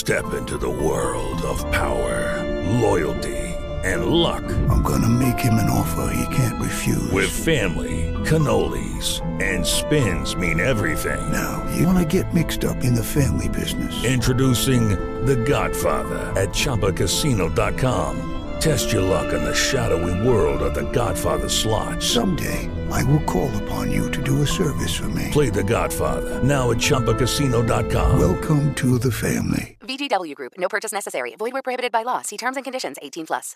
Step into the world of power, loyalty, and luck. I'm gonna make him an offer he can't refuse. With family, cannolis, and spins mean everything. Now, you wanna get mixed up in the family business. Introducing The Godfather at ChumbaCasino.com. Test your luck in the shadowy world of The Godfather slot. Someday, I will call upon you to do a service for me. Play The Godfather now at ChumbaCasino.com. Welcome to the family. VGW Group. No purchase necessary. Void where prohibited by law. See terms and conditions. 18+.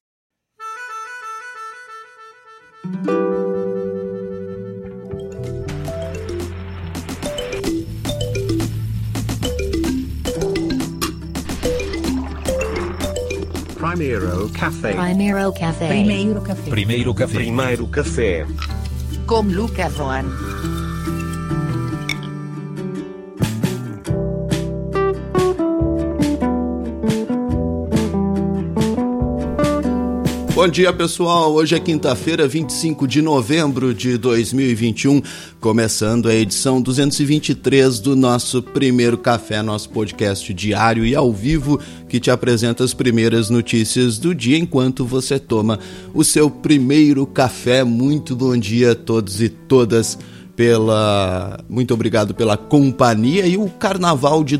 Primeiro Café. Primeiro Café. Primeiro Café. Primeiro Café. Primeiro Café. Com Lucas Roan. Bom dia, pessoal. Hoje é quinta-feira, 25 de novembro de 2021, começando a edição 223 do nosso Primeiro Café, nosso podcast diário e ao vivo que te apresenta as primeiras notícias do dia enquanto você toma o seu primeiro café. Muito bom dia a todos e todas. Muito obrigado pela companhia. E o Carnaval de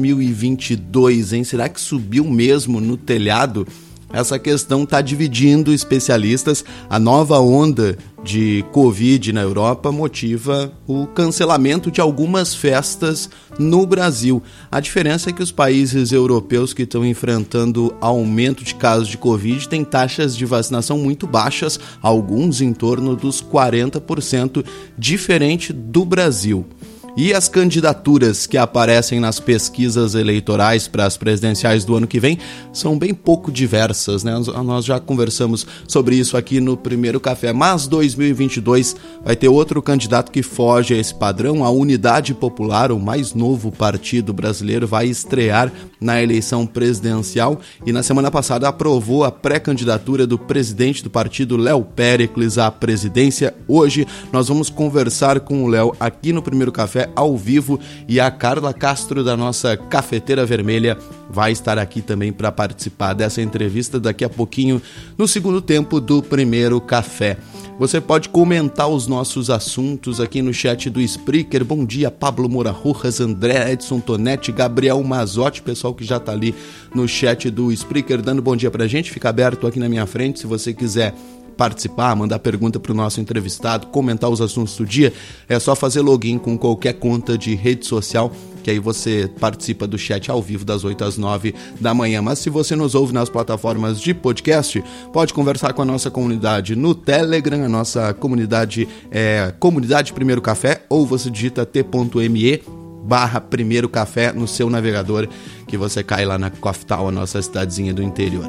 2022, hein? Será que subiu mesmo no telhado? Essa questão está dividindo especialistas. A nova onda de Covid na Europa motiva o cancelamento de algumas festas no Brasil. A diferença é que os países europeus que estão enfrentando aumento de casos de Covid têm taxas de vacinação muito baixas, alguns em torno dos 40%, diferente do Brasil. E as candidaturas que aparecem nas pesquisas eleitorais para as presidenciais do ano que vem são bem pouco diversas, né? Nós já conversamos sobre isso aqui no Primeiro Café, mas 2022 vai ter outro candidato que foge a esse padrão. A Unidade Popular, o mais novo partido brasileiro, vai estrear na eleição presidencial e na semana passada aprovou a pré-candidatura do presidente do partido, Léo Péricles, à presidência. Hoje nós vamos conversar com o Léo aqui no Primeiro Café ao vivo e a Carla Castro da nossa Cafeteira Vermelha vai estar aqui também para participar dessa entrevista daqui a pouquinho no segundo tempo do Primeiro Café. Você pode comentar os nossos assuntos aqui no chat do Spreaker. Bom dia, Pablo Moura Rojas, André Edson Tonetti, Gabriel Mazotti, pessoal que já está ali no chat do Spreaker dando bom dia pra gente. Fica aberto aqui na minha frente se você quiser participar, mandar pergunta para o nosso entrevistado, comentar os assuntos do dia. É só fazer login com qualquer conta de rede social, que aí você participa do chat ao vivo das 8 às 9 da manhã. Mas se você nos ouve nas plataformas de podcast, pode conversar com a nossa comunidade no Telegram. A nossa comunidade é Comunidade Primeiro Café, ou você digita t.me/Primeiro Café no seu navegador, que você cai lá na Coftal, a nossa cidadezinha do interior.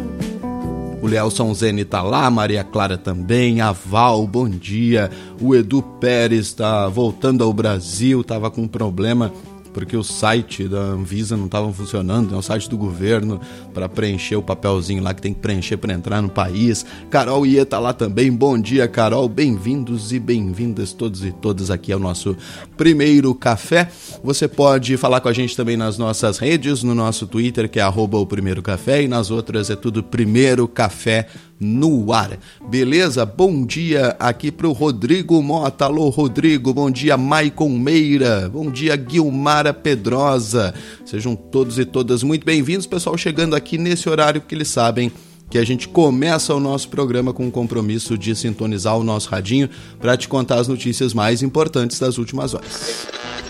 O Leelson Zene tá lá, a Maria Clara também, a Val, bom dia. O Edu Pérez está voltando ao Brasil, estava com um problema porque o site da Anvisa não estava funcionando, né? O site do governo, para preencher o papelzinho lá que tem que preencher para entrar no país. Carol Ia tá lá também, bom dia, Carol, bem-vindos e bem-vindas todos e todas aqui ao nosso Primeiro Café. Você pode falar com a gente também nas nossas redes, no nosso Twitter, que é @oprimeirocafé, e nas outras é tudo Primeiro Café no ar. Beleza? Bom dia aqui pro Rodrigo Mota. Alô, Rodrigo. Bom dia, Maicon Meira. Bom dia, Guilmara Pedrosa. Sejam todos e todas muito bem-vindos, pessoal, chegando aqui nesse horário que eles sabem que a gente começa o nosso programa com o compromisso de sintonizar o nosso radinho para te contar as notícias mais importantes das últimas horas.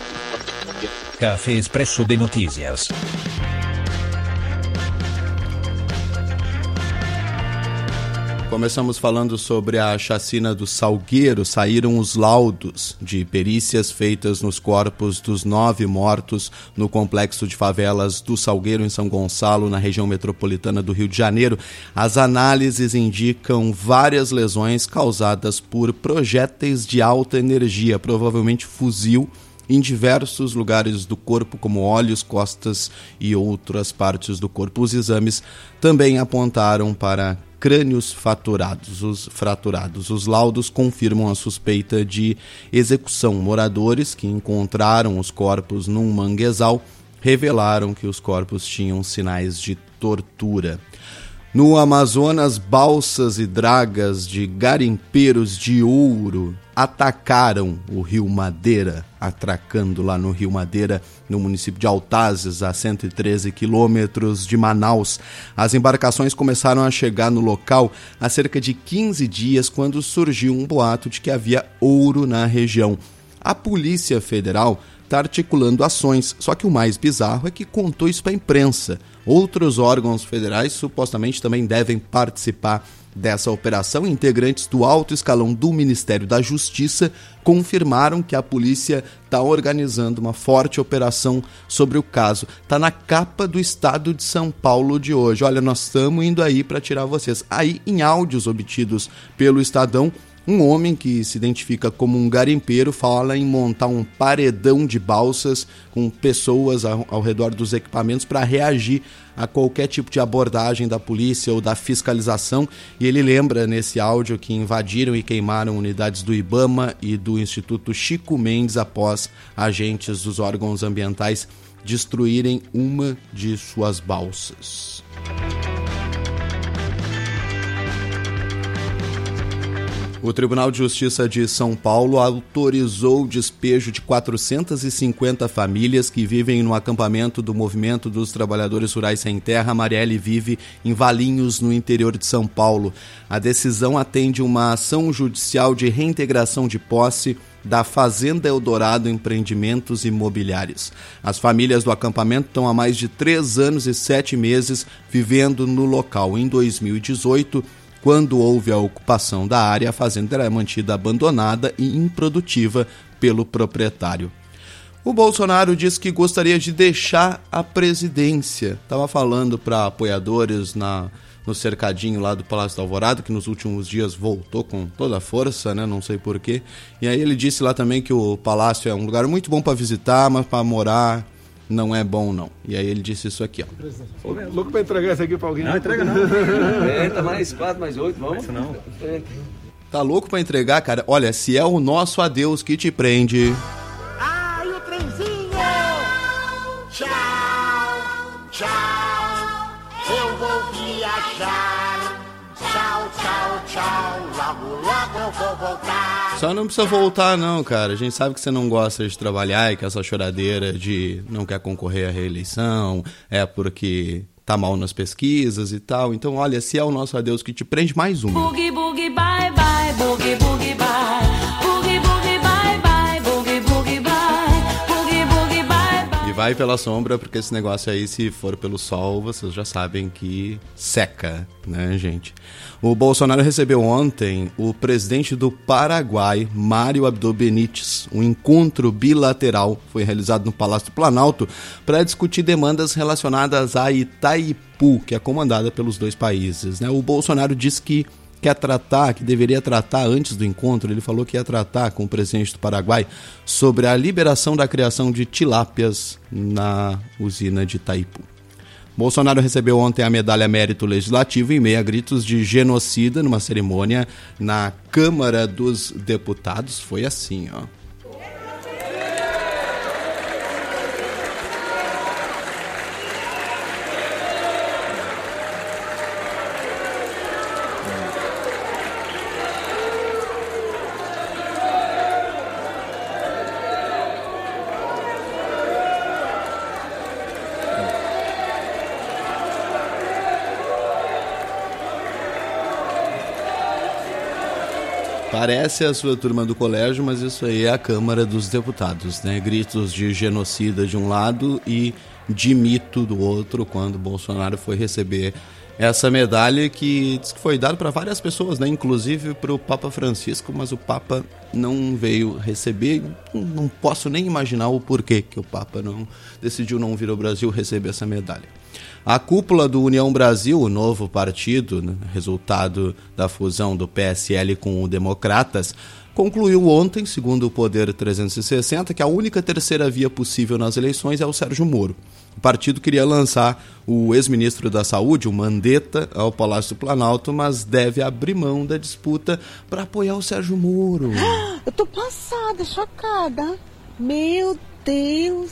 Café Expresso de Notícias. Começamos falando sobre a chacina do Salgueiro. Saíram os laudos de perícias feitas nos corpos dos 9 mortos no complexo de favelas do Salgueiro, em São Gonçalo, na região metropolitana do Rio de Janeiro. As análises indicam várias lesões causadas por projéteis de alta energia, provavelmente fuzil, em diversos lugares do corpo, como olhos, costas e outras partes do corpo. Os exames também apontaram para crânios fraturados. Os laudos confirmam a suspeita de execução. Moradores que encontraram os corpos num manguezal revelaram que os corpos tinham sinais de tortura. No Amazonas, balsas e dragas de garimpeiros de ouro atacaram o Rio Madeira, atracando lá no Rio Madeira, no município de Altazes, a 113 quilômetros de Manaus. As embarcações começaram a chegar no local há cerca de 15 dias, quando surgiu um boato de que havia ouro na região. A Polícia Federal está articulando ações, só que o mais bizarro é que contou isso para a imprensa. Outros órgãos federais supostamente também devem participar dessa operação. Integrantes do alto escalão do Ministério da Justiça confirmaram que a polícia está organizando uma forte operação sobre o caso. Está na capa do Estado de São Paulo de hoje. Olha, nós estamos indo aí para tirar vocês. Aí, em áudios obtidos pelo Estadão, um homem que se identifica como um garimpeiro fala em montar um paredão de balsas com pessoas ao redor dos equipamentos para reagir a qualquer tipo de abordagem da polícia ou da fiscalização. E ele lembra nesse áudio que invadiram e queimaram unidades do IBAMA e do Instituto Chico Mendes após agentes dos órgãos ambientais destruírem uma de suas balsas. O Tribunal de Justiça de São Paulo autorizou o despejo de 450 famílias que vivem no acampamento do Movimento dos Trabalhadores Rurais Sem Terra. Marielle vive em Valinhos, no interior de São Paulo. A decisão atende uma ação judicial de reintegração de posse da Fazenda Eldorado Empreendimentos Imobiliários. As famílias do acampamento estão há mais de 3 anos e 7 meses vivendo no local. Em 2018, quando houve a ocupação da área, a fazenda era mantida abandonada e improdutiva pelo proprietário. O Bolsonaro disse que gostaria de deixar a presidência. Estava falando para apoiadores no cercadinho lá do Palácio da Alvorada, que nos últimos dias voltou com toda a força, né? Não sei porquê. E aí ele disse lá também que o palácio é um lugar muito bom para visitar, mas para morar não é bom, não. E aí ele disse isso aqui, ó. Ô, louco pra entregar isso aqui pra alguém? Não, entrega não. Tá mais 4, mais 8, vamos? Não. Tá louco pra entregar, cara? Olha, se é o nosso adeus que te prende... Ai, o trenzinho! Tchau, tchau, eu vou viajar. Tchau, tchau, tchau, logo, logo eu vou voltar. Só não precisa voltar não, cara. A gente sabe que você não gosta de trabalhar e que essa choradeira de não quer concorrer à reeleição é porque tá mal nas pesquisas e tal. Então, olha, se é o nosso adeus que te prende, mais uma. Boogie, boogie, bye, bye, boogie, boogie, bye. Boogie, boogie, bye, bye, boogie, boogie, bye. Boogie, boogie, bye, bye. E vai pela sombra, porque esse negócio aí, se for pelo sol, vocês já sabem que seca, né, gente? O Bolsonaro recebeu ontem o presidente do Paraguai, Mário Abdo Benítez. Um encontro bilateral foi realizado no Palácio do Planalto para discutir demandas relacionadas a Itaipu, que é comandada pelos dois países, né? O Bolsonaro disse que deveria tratar antes do encontro. Ele falou que ia tratar com o presidente do Paraguai sobre a liberação da criação de tilápias na usina de Itaipu. Bolsonaro recebeu ontem a medalha Mérito Legislativo em meio a gritos de genocida numa cerimônia na Câmara dos Deputados. Foi assim, ó. Parece a sua turma do colégio, mas isso aí é a Câmara dos Deputados, né? Gritos de genocida de um lado e de mito do outro, quando Bolsonaro foi receber essa medalha que diz que foi dada para várias pessoas, né? Inclusive para o Papa Francisco, mas o Papa não veio receber. Não posso nem imaginar o porquê que o Papa decidiu não vir ao Brasil receber essa medalha. A cúpula do União Brasil, o novo partido, né, resultado da fusão do PSL com o Democratas, concluiu ontem, segundo o Poder 360, que a única terceira via possível nas eleições é o Sérgio Moro. O partido queria lançar o ex-ministro da Saúde, o Mandetta, ao Palácio do Planalto, mas deve abrir mão da disputa para apoiar o Sérgio Moro. Eu tô passada, chocada. Meu Deus.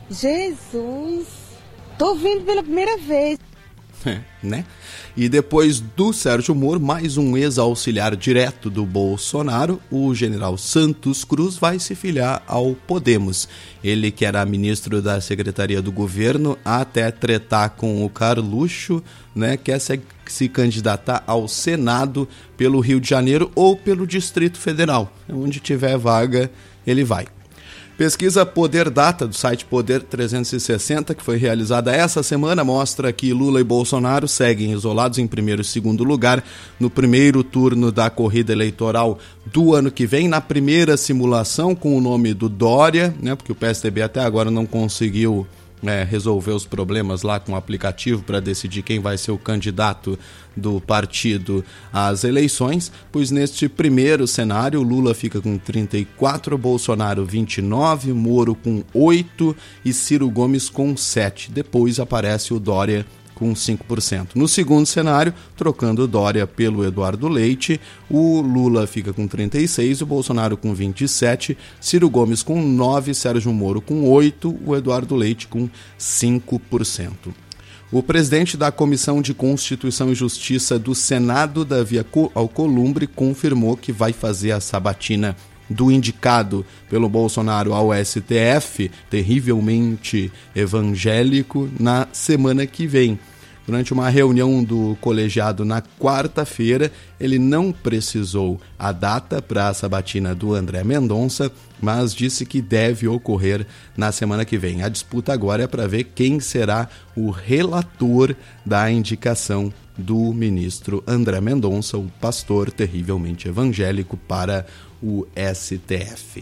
Jesus, tô vindo pela primeira vez. Né? E depois do Sérgio Moro, mais um ex-auxiliar direto do Bolsonaro, o general Santos Cruz, vai se filiar ao Podemos. Ele, que era ministro da Secretaria do Governo, até tretar com o Carluxo, né, quer se candidatar ao Senado pelo Rio de Janeiro ou pelo Distrito Federal. Onde tiver vaga, ele vai. Pesquisa Poder Data, do site Poder 360, que foi realizada essa semana, mostra que Lula e Bolsonaro seguem isolados em primeiro e segundo lugar no primeiro turno da corrida eleitoral do ano que vem. Na primeira simulação, com o nome do Dória, né, porque o PSDB até agora não conseguiu resolver os problemas lá com o aplicativo para decidir quem vai ser o candidato do partido às eleições, pois neste primeiro cenário Lula fica com 34, Bolsonaro 29, Moro com 8 e Ciro Gomes com 7. Depois aparece o Dória com 5%. No segundo cenário, trocando o Dória pelo Eduardo Leite, o Lula fica com 36, o Bolsonaro com 27, Ciro Gomes com 9, Sérgio Moro com 8, o Eduardo Leite com 5%. O presidente da Comissão de Constituição e Justiça do Senado, Davi Alcolumbre, confirmou que vai fazer a sabatina do indicado pelo Bolsonaro ao STF, terrivelmente evangélico, na semana que vem. Durante uma reunião do colegiado na quarta-feira, ele não precisou a data para a sabatina do André Mendonça, mas disse que deve ocorrer na semana que vem. A disputa agora é para ver quem será o relator da indicação do ministro André Mendonça, o pastor terrivelmente evangélico, para o STF.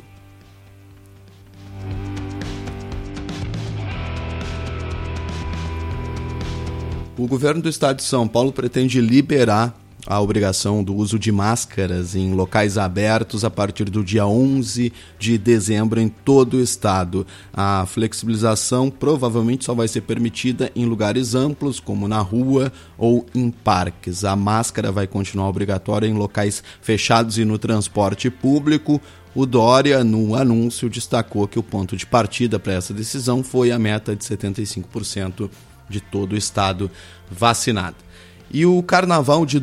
O governo do estado de São Paulo pretende liberar a obrigação do uso de máscaras em locais abertos a partir do dia 11 de dezembro em todo o estado. A flexibilização provavelmente só vai ser permitida em lugares amplos, como na rua ou em parques. A máscara vai continuar obrigatória em locais fechados e no transporte público. O Dória, no anúncio, destacou que o ponto de partida para essa decisão foi a meta de 75% de todo o estado vacinado. E o Carnaval de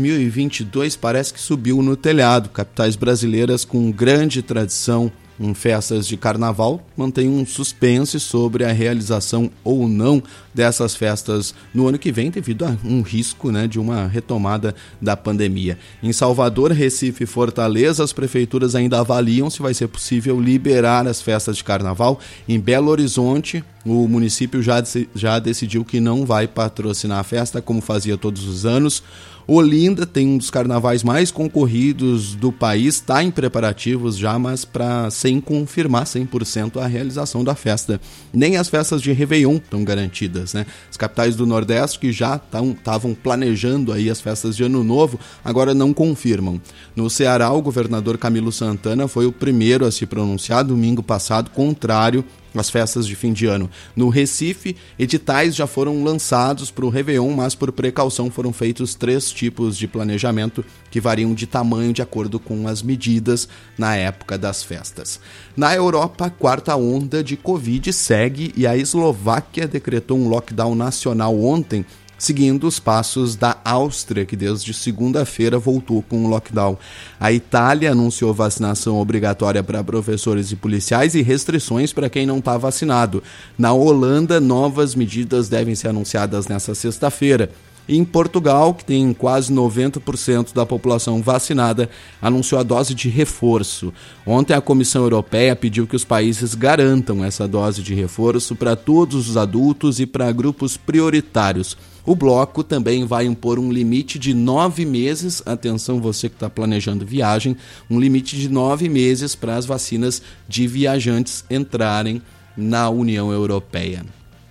2022 parece que subiu no telhado. Capitais brasileiras com grande tradição em festas de carnaval mantêm um suspense sobre a realização ou não dessas festas no ano que vem, devido a um risco, de uma retomada da pandemia. Em Salvador, Recife e Fortaleza, as prefeituras ainda avaliam se vai ser possível liberar as festas de carnaval. Em Belo Horizonte, o município já decidiu que não vai patrocinar a festa como fazia todos os anos. Olinda tem um dos carnavais mais concorridos do país, está em preparativos já, mas sem confirmar 100% a realização da festa. Nem as festas de Réveillon estão garantidas, As capitais do Nordeste, que já estavam planejando aí as festas de Ano Novo, agora não confirmam. No Ceará, o governador Camilo Santana foi o primeiro a se pronunciar domingo passado, contrário às festas de fim de ano. No Recife, editais já foram lançados para o Réveillon, mas por precaução foram feitos 3 tipos de planejamento que variam de tamanho de acordo com as medidas na época das festas. Na Europa, a 4ª onda de Covid segue e a Eslováquia decretou um lockdown nacional ontem, seguindo os passos da Áustria, que desde segunda-feira voltou com o lockdown. A Itália anunciou vacinação obrigatória para professores e policiais e restrições para quem não está vacinado. Na Holanda, novas medidas devem ser anunciadas nesta sexta-feira. E em Portugal, que tem quase 90% da população vacinada, anunciou a dose de reforço. Ontem a Comissão Europeia pediu que os países garantam essa dose de reforço para todos os adultos e para grupos prioritários. O bloco também vai impor um limite de 9 meses, atenção você que está planejando viagem, um limite de 9 meses para as vacinas de viajantes entrarem na União Europeia.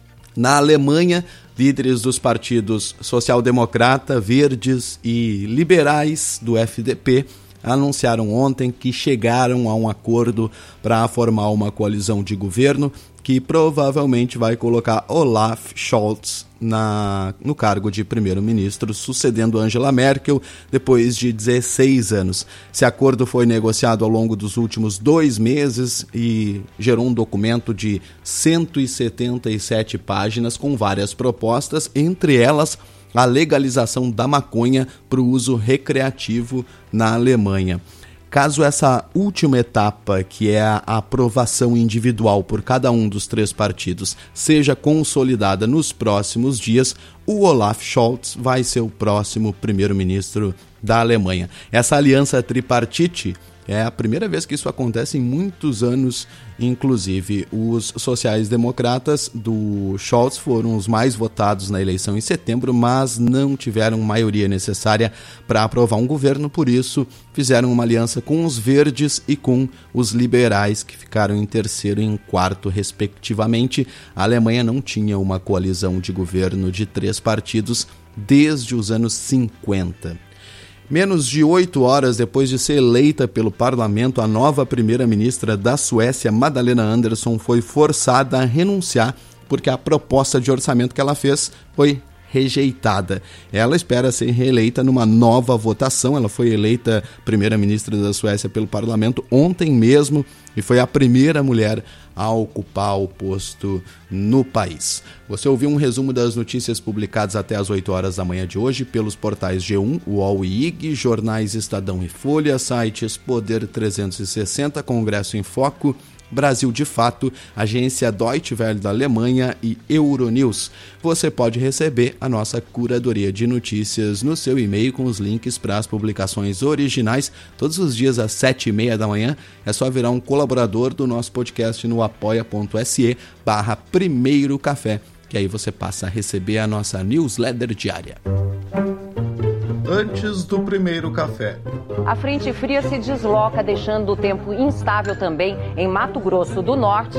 Na Alemanha, líderes dos partidos social-democrata, verdes e liberais do FDP anunciaram ontem que chegaram a um acordo para formar uma coalizão de governo que provavelmente vai colocar Olaf Scholz no cargo de primeiro-ministro, sucedendo Angela Merkel depois de 16 anos. Esse acordo foi negociado ao longo dos últimos 2 meses e gerou um documento de 177 páginas com várias propostas, entre elas a legalização da maconha para o uso recreativo na Alemanha. Caso essa última etapa, que é a aprovação individual por cada um dos 3 partidos, seja consolidada nos próximos dias, o Olaf Scholz vai ser o próximo primeiro-ministro da Alemanha. Essa aliança tripartite é a primeira vez que isso acontece em muitos anos, inclusive. Os sociais-democratas do Scholz foram os mais votados na eleição em setembro, mas não tiveram maioria necessária para aprovar um governo, por isso fizeram uma aliança com os verdes e com os liberais, que ficaram em terceiro e em quarto, respectivamente. A Alemanha não tinha uma coalizão de governo de 3 partidos desde os anos 50. Menos de 8 horas depois de ser eleita pelo parlamento, a nova primeira-ministra da Suécia, Magdalena Andersson, foi forçada a renunciar porque a proposta de orçamento que ela fez foi rejeitada. Ela espera ser reeleita numa nova votação. Ela foi eleita primeira-ministra da Suécia pelo parlamento ontem mesmo e foi a primeira mulher a ocupar o posto no país. Você ouviu um resumo das notícias publicadas até às 8 horas da manhã de hoje pelos portais G1, UOL e IG, jornais Estadão e Folha, sites Poder 360, Congresso em Foco, Brasil de Fato, agência Deutsche Welle da Alemanha e Euronews. Você pode receber a nossa curadoria de notícias no seu e-mail com os links para as publicações originais todos os dias às 7h30 da manhã. É só virar um colaborador do nosso podcast no apoia.se/Primeiro Café, que aí você passa a receber a nossa newsletter diária. Antes do primeiro café. A frente fria se desloca, deixando o tempo instável também em Mato Grosso do Norte.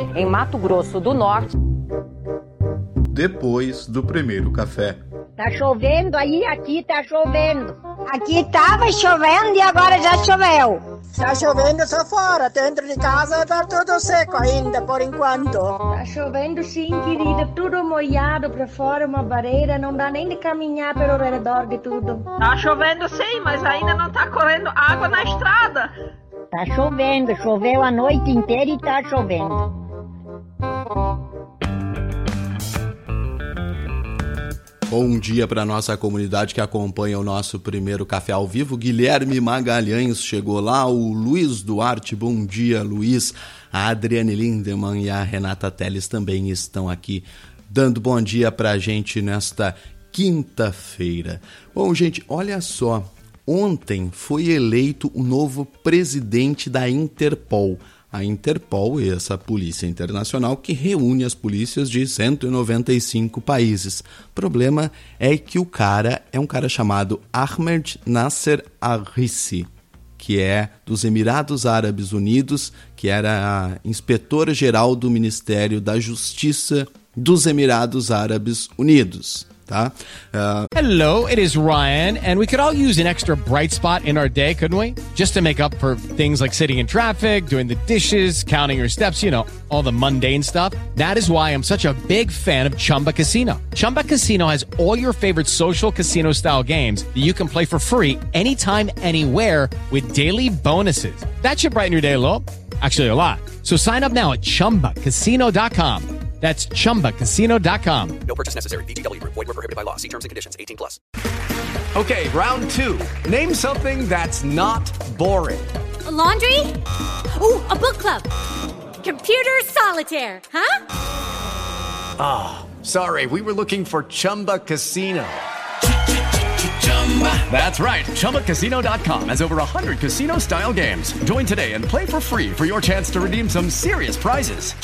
Depois do primeiro café. Tá chovendo aí, aqui tá chovendo. Aqui tava chovendo e agora já choveu. Tá chovendo só fora, dentro de casa tá tudo seco ainda, por enquanto. Tá chovendo sim, querida, tudo molhado pra fora, uma barreira, não dá nem de caminhar pelo redor de tudo. Tá chovendo sim, mas ainda não tá correndo água na estrada. Tá chovendo, choveu a noite inteira e tá chovendo. Bom dia para a nossa comunidade que acompanha o nosso primeiro café ao vivo. Guilherme Magalhães chegou lá, o Luiz Duarte, bom dia, Luiz. A Adriane Lindemann e a Renata Teles também estão aqui dando bom dia para a gente nesta quinta-feira. Bom, gente, olha só, ontem foi eleito o novo presidente da Interpol. A Interpol é essa polícia internacional que reúne as polícias de 195 países. O problema é que o cara é um cara chamado Ahmed Nasser Al-Rissi, que é dos Emirados Árabes Unidos, que era inspetor-geral do Ministério da Justiça dos Emirados Árabes Unidos. Tá? Hello, it is Ryan, and we could all use an extra bright spot in our day, couldn't we? Just to make up for things like sitting in traffic, doing the dishes, counting your steps, you know, all the mundane stuff. That is why I'm such a big fan of Chumba Casino. Chumba Casino has all your favorite social casino-style games that you can play for free anytime, anywhere with daily bonuses. That should brighten your day a little. Actually, a lot. So sign up now at ChumbaCasino.com. That's ChumbaCasino.com. No purchase necessary. VGW Group. Void where prohibited by law. See terms and conditions. 18+. Okay, round 2. Name something that's not boring. A laundry? Ooh, a book club. Computer solitaire, huh? Ah, sorry. We were looking for Chumba Casino. That's right. ChumbaCasino.com has over 100 casino-style games. Join today and play for free for your chance to redeem some serious prizes.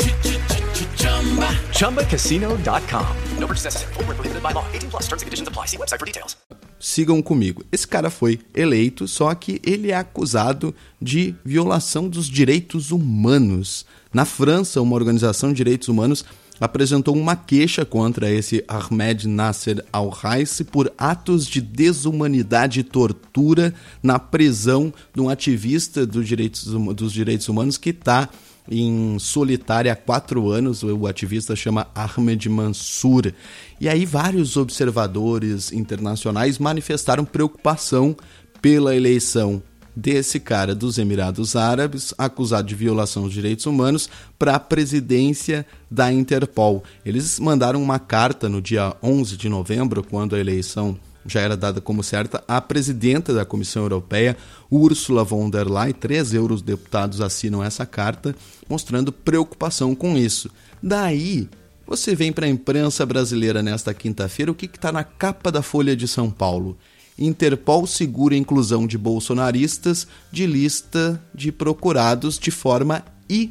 ChumbaCasino.com. No purchase necessary. Void where prohibited by law. 18+. Terms and conditions apply. See website for details. Sigam comigo. Esse cara foi eleito, só que ele é acusado de violação dos direitos humanos. Na França, uma organização de direitos humanos apresentou uma queixa contra esse Ahmed Nasser Al-Rissi por atos de desumanidade e tortura na prisão de um ativista dos direitos humanos que está em solitária há 4 anos, o ativista chama Ahmed Mansour. E aí vários observadores internacionais manifestaram preocupação pela eleição desse cara dos Emirados Árabes, acusado de violação dos direitos humanos, para a presidência da Interpol. Eles mandaram uma carta no dia 11 de novembro, quando a eleição já era dada como certa, à presidenta da Comissão Europeia, Ursula von der Leyen. 3 eurodeputados assinam essa carta, mostrando preocupação com isso. Daí, você vem para a imprensa brasileira nesta quinta-feira, o que está na capa da Folha de São Paulo? Interpol segura a inclusão de bolsonaristas de lista de procurados de forma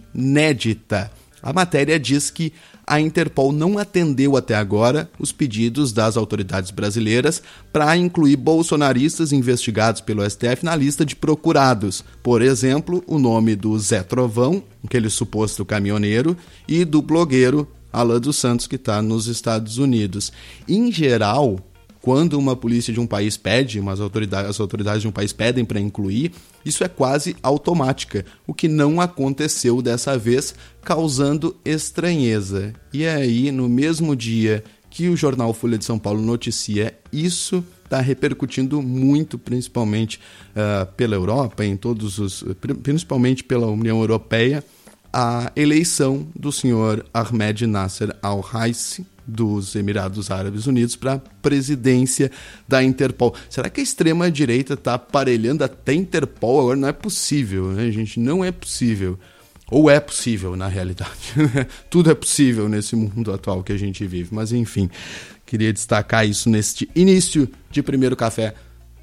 inédita. A matéria diz que a Interpol não atendeu até agora os pedidos das autoridades brasileiras para incluir bolsonaristas investigados pelo STF na lista de procurados. Por exemplo, o nome do Zé Trovão, aquele suposto caminhoneiro, e do blogueiro Alan dos Santos, que está nos Estados Unidos. Em geral, quando uma polícia de um país pede, as autoridades de um país pedem para incluir, isso é quase automática, o que não aconteceu dessa vez, causando estranheza. E aí, no mesmo dia que o jornal Folha de São Paulo noticia isso, está repercutindo muito, principalmente pela Europa, principalmente pela União Europeia, a eleição do senhor Ahmed Nasser al-Raisi, dos Emirados Árabes Unidos, para a presidência da Interpol. Será que a extrema-direita está aparelhando até a Interpol agora? Não é possível, né, gente? Não é possível. Ou é possível, na realidade. Tudo é possível nesse mundo atual que a gente vive. Mas, enfim, queria destacar isso neste início de Primeiro Café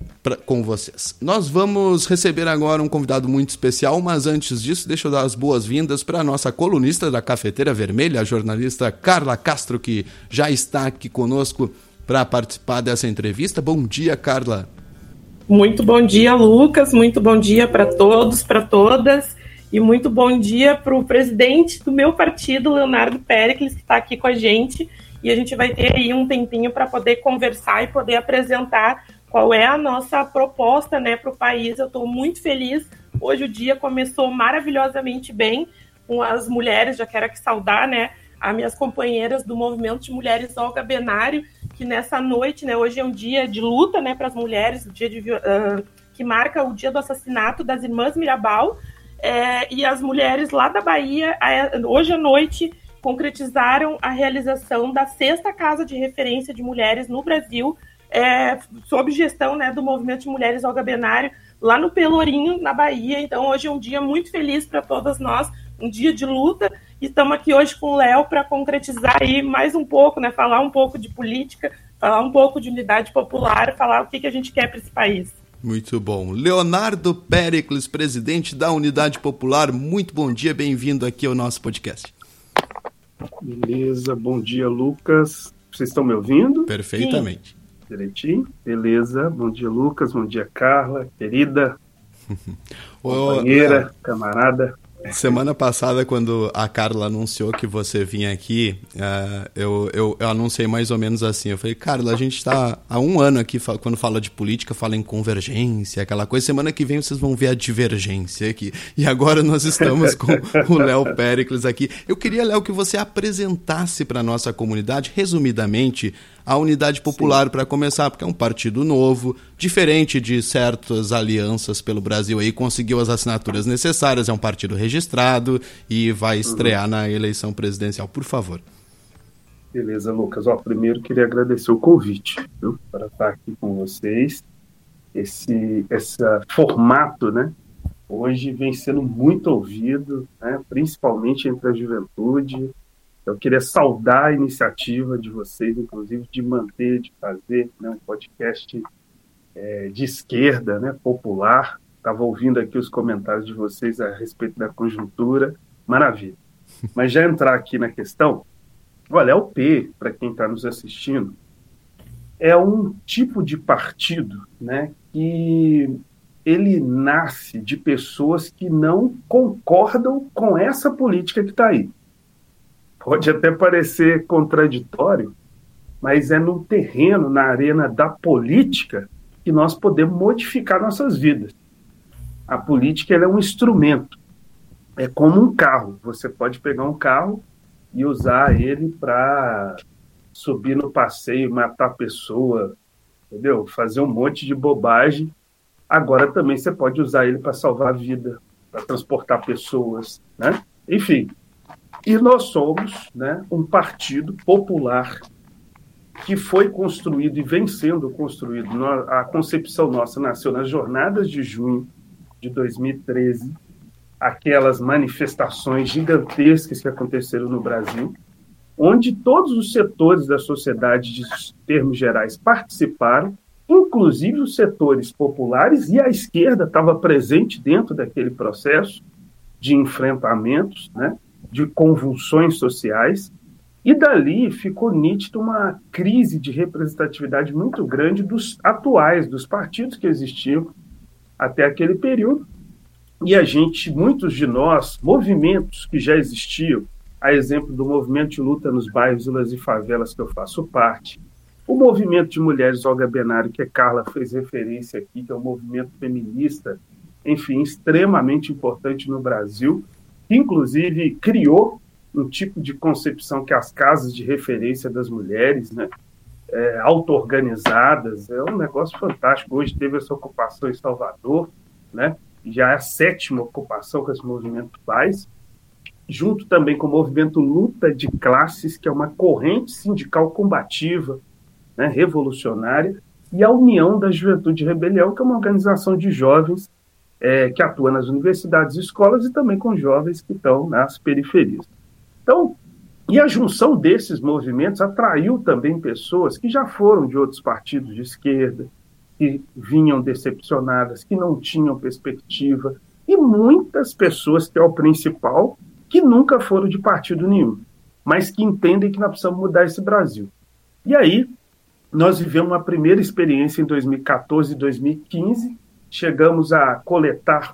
com vocês. Nós vamos receber agora um convidado muito especial, mas antes disso, deixa eu dar as boas-vindas para a nossa colunista da Cafeteira Vermelha, a jornalista Carla Castro, que já está aqui conosco para participar dessa entrevista. Bom dia, Carla. Muito bom dia, Lucas. Muito bom dia para todos, para todas. E muito bom dia para o presidente do meu partido, Leonardo Péricles, que está aqui com a gente. E a gente vai ter aí um tempinho para poder conversar e poder apresentar qual é a nossa proposta, né, para o país. Eu estou muito feliz. Hoje o dia começou maravilhosamente bem com as mulheres. Já quero aqui saudar, né, as minhas companheiras do Movimento de Mulheres Olga Benário, que nessa noite, né, hoje é um dia de luta, né, para as mulheres, que marca o dia do assassinato das irmãs Mirabal, e as mulheres lá da Bahia, hoje à noite, concretizaram a realização da 6ª Casa de Referência de Mulheres no Brasil, sob gestão, né, do Movimento de Mulheres Olga Benário, lá no Pelourinho, na Bahia. Então hoje é um dia muito feliz para todas nós, um dia de luta, e estamos aqui hoje com o Léo para concretizar aí mais um pouco, né, falar um pouco de política, falar um pouco de unidade popular, falar o que a gente quer para esse país. Muito bom. Leonardo Péricles, presidente da Unidade Popular, muito bom dia, bem-vindo aqui ao nosso podcast. Beleza, bom dia, Lucas. Vocês estão me ouvindo? Perfeitamente. Sim. Direitinho? Beleza. Bom dia, Lucas. Bom dia, Carla, querida, companheira, camarada. Semana passada, quando a Carla anunciou que você vinha aqui, eu anunciei mais ou menos assim. Eu falei, Carla, a gente está há 1 ano aqui, quando fala de política, fala em convergência, aquela coisa. Semana que vem vocês vão ver a divergência aqui. E agora nós estamos com o Léo Péricles aqui. Eu queria, Léo, que você apresentasse para a nossa comunidade, resumidamente, a Unidade Popular, para começar, porque é um partido novo, diferente de certas alianças pelo Brasil aí, conseguiu as assinaturas necessárias, é um partido registrado e vai estrear na eleição presidencial. Por favor. Beleza, Lucas. Primeiro queria agradecer o convite, viu, para estar aqui com vocês. Esse formato, né, hoje vem sendo muito ouvido, né, principalmente entre a juventude. Eu queria saudar a iniciativa de vocês, inclusive, de manter, de fazer, né, um podcast de esquerda, né, popular. Estava ouvindo aqui os comentários de vocês a respeito da conjuntura. Maravilha. Mas já entrar aqui na questão, olha, o P, para quem está nos assistindo, é um tipo de partido, né, que ele nasce de pessoas que não concordam com essa política que está aí. Pode até parecer contraditório, mas é no terreno, na arena da política, que nós podemos modificar nossas vidas. A política ela é um instrumento. é como um carro. Você pode pegar um carro e usar ele para subir no passeio, matar a pessoa, entendeu? Fazer um monte de bobagem. Agora também você pode usar ele para salvar a vida, para transportar pessoas, né? Enfim, e nós somos, né, um partido popular que foi construído e vem sendo construído. A concepção nossa nasceu nas jornadas de junho de 2013, aquelas manifestações gigantescas que aconteceram no Brasil, onde todos os setores da sociedade, de termos gerais, participaram, inclusive os setores populares, e a esquerda estava presente dentro daquele processo de enfrentamentos, né, de convulsões sociais, e dali ficou nítido uma crise de representatividade muito grande dos atuais, dos partidos que existiam até aquele período. E muitos de nós, movimentos que já existiam, a exemplo do movimento de luta nos bairros, vilas e favelas que eu faço parte, o movimento de mulheres Olga Benário, que a Carla fez referência aqui, que é um movimento feminista, enfim, extremamente importante no Brasil, que inclusive criou um tipo de concepção que as casas de referência das mulheres, né, auto-organizadas, é um negócio fantástico. Hoje teve essa ocupação em Salvador, né, já é a 7ª ocupação que esse movimento faz, junto também com o movimento Luta de Classes, que é uma corrente sindical combativa, né, revolucionária, e a União da Juventude e Rebelião, que é uma organização de jovens que atua nas universidades e escolas e também com jovens que estão nas periferias. Então, e a junção desses movimentos atraiu também pessoas que já foram de outros partidos de esquerda, que vinham decepcionadas, que não tinham perspectiva, e muitas pessoas, que é o principal, que nunca foram de partido nenhum, mas que entendem que nós precisamos mudar esse Brasil. E aí, nós vivemos uma primeira experiência em 2014 e 2015, chegamos a coletar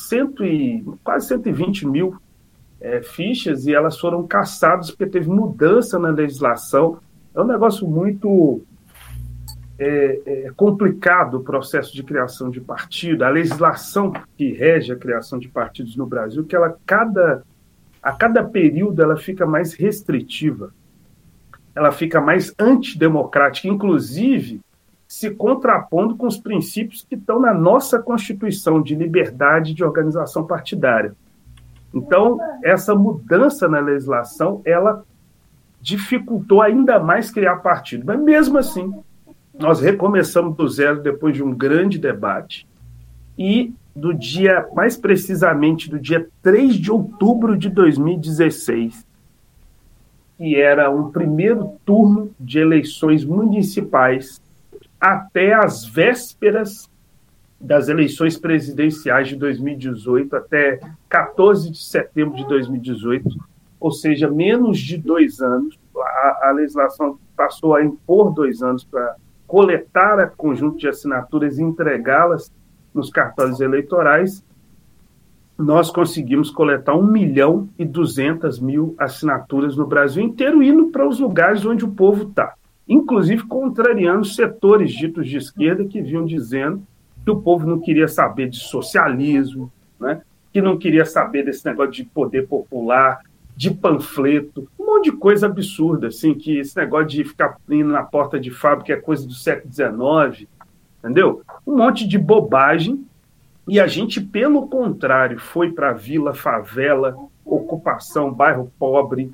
quase 120 mil fichas, e elas foram cassadas porque teve mudança na legislação. É um negócio muito complicado o processo de criação de partido. A legislação que rege a criação de partidos no Brasil, que a cada período ela fica mais restritiva, ela fica mais antidemocrática, inclusive se contrapondo com os princípios que estão na nossa Constituição de liberdade de organização partidária. Então, essa mudança na legislação, ela dificultou ainda mais criar partido. Mas, mesmo assim, nós recomeçamos do zero depois de um grande debate. E, mais precisamente, do dia 3 de outubro de 2016, que era um primeiro turno de eleições municipais, até as vésperas das eleições presidenciais de 2018, até 14 de setembro de 2018, ou seja, menos de 2 anos, a legislação passou a impor 2 anos para coletar a conjunto de assinaturas e entregá-las nos cartórios eleitorais. Nós conseguimos coletar 1.200.000 assinaturas no Brasil inteiro, indo para os lugares onde o povo está, inclusive contrariando setores ditos de esquerda que vinham dizendo que o povo não queria saber de socialismo, né? Que não queria saber desse negócio de poder popular, de panfleto, um monte de coisa absurda, assim, que esse negócio de ficar indo na porta de fábrica é coisa do século XIX, entendeu? Um monte de bobagem, e a gente, pelo contrário, foi para vila, favela, ocupação, bairro pobre,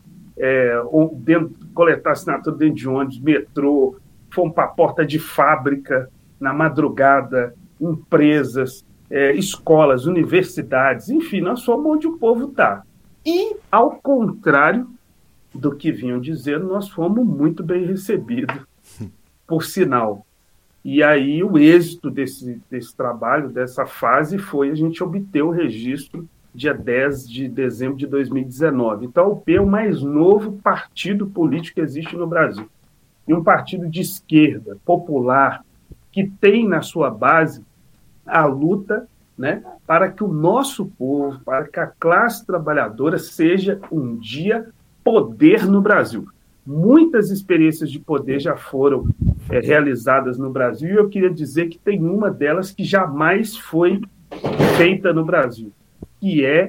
coletar assinatura dentro de ônibus, metrô, fomos para a porta de fábrica, na madrugada, empresas, escolas, universidades, enfim, nós fomos onde o povo está. E, ao contrário do que vinham dizendo, nós fomos muito bem recebidos, por sinal. E aí o êxito desse trabalho, dessa fase, foi a gente obter o registro dia 10 de dezembro de 2019. Então, a UP é o mais novo partido político que existe no Brasil. E um partido de esquerda, popular, que tem na sua base a luta, né, para que o nosso povo, para que a classe trabalhadora seja um dia poder no Brasil. Muitas experiências de poder já foram realizadas no Brasil, e eu queria dizer que tem uma delas que jamais foi feita no Brasil, que é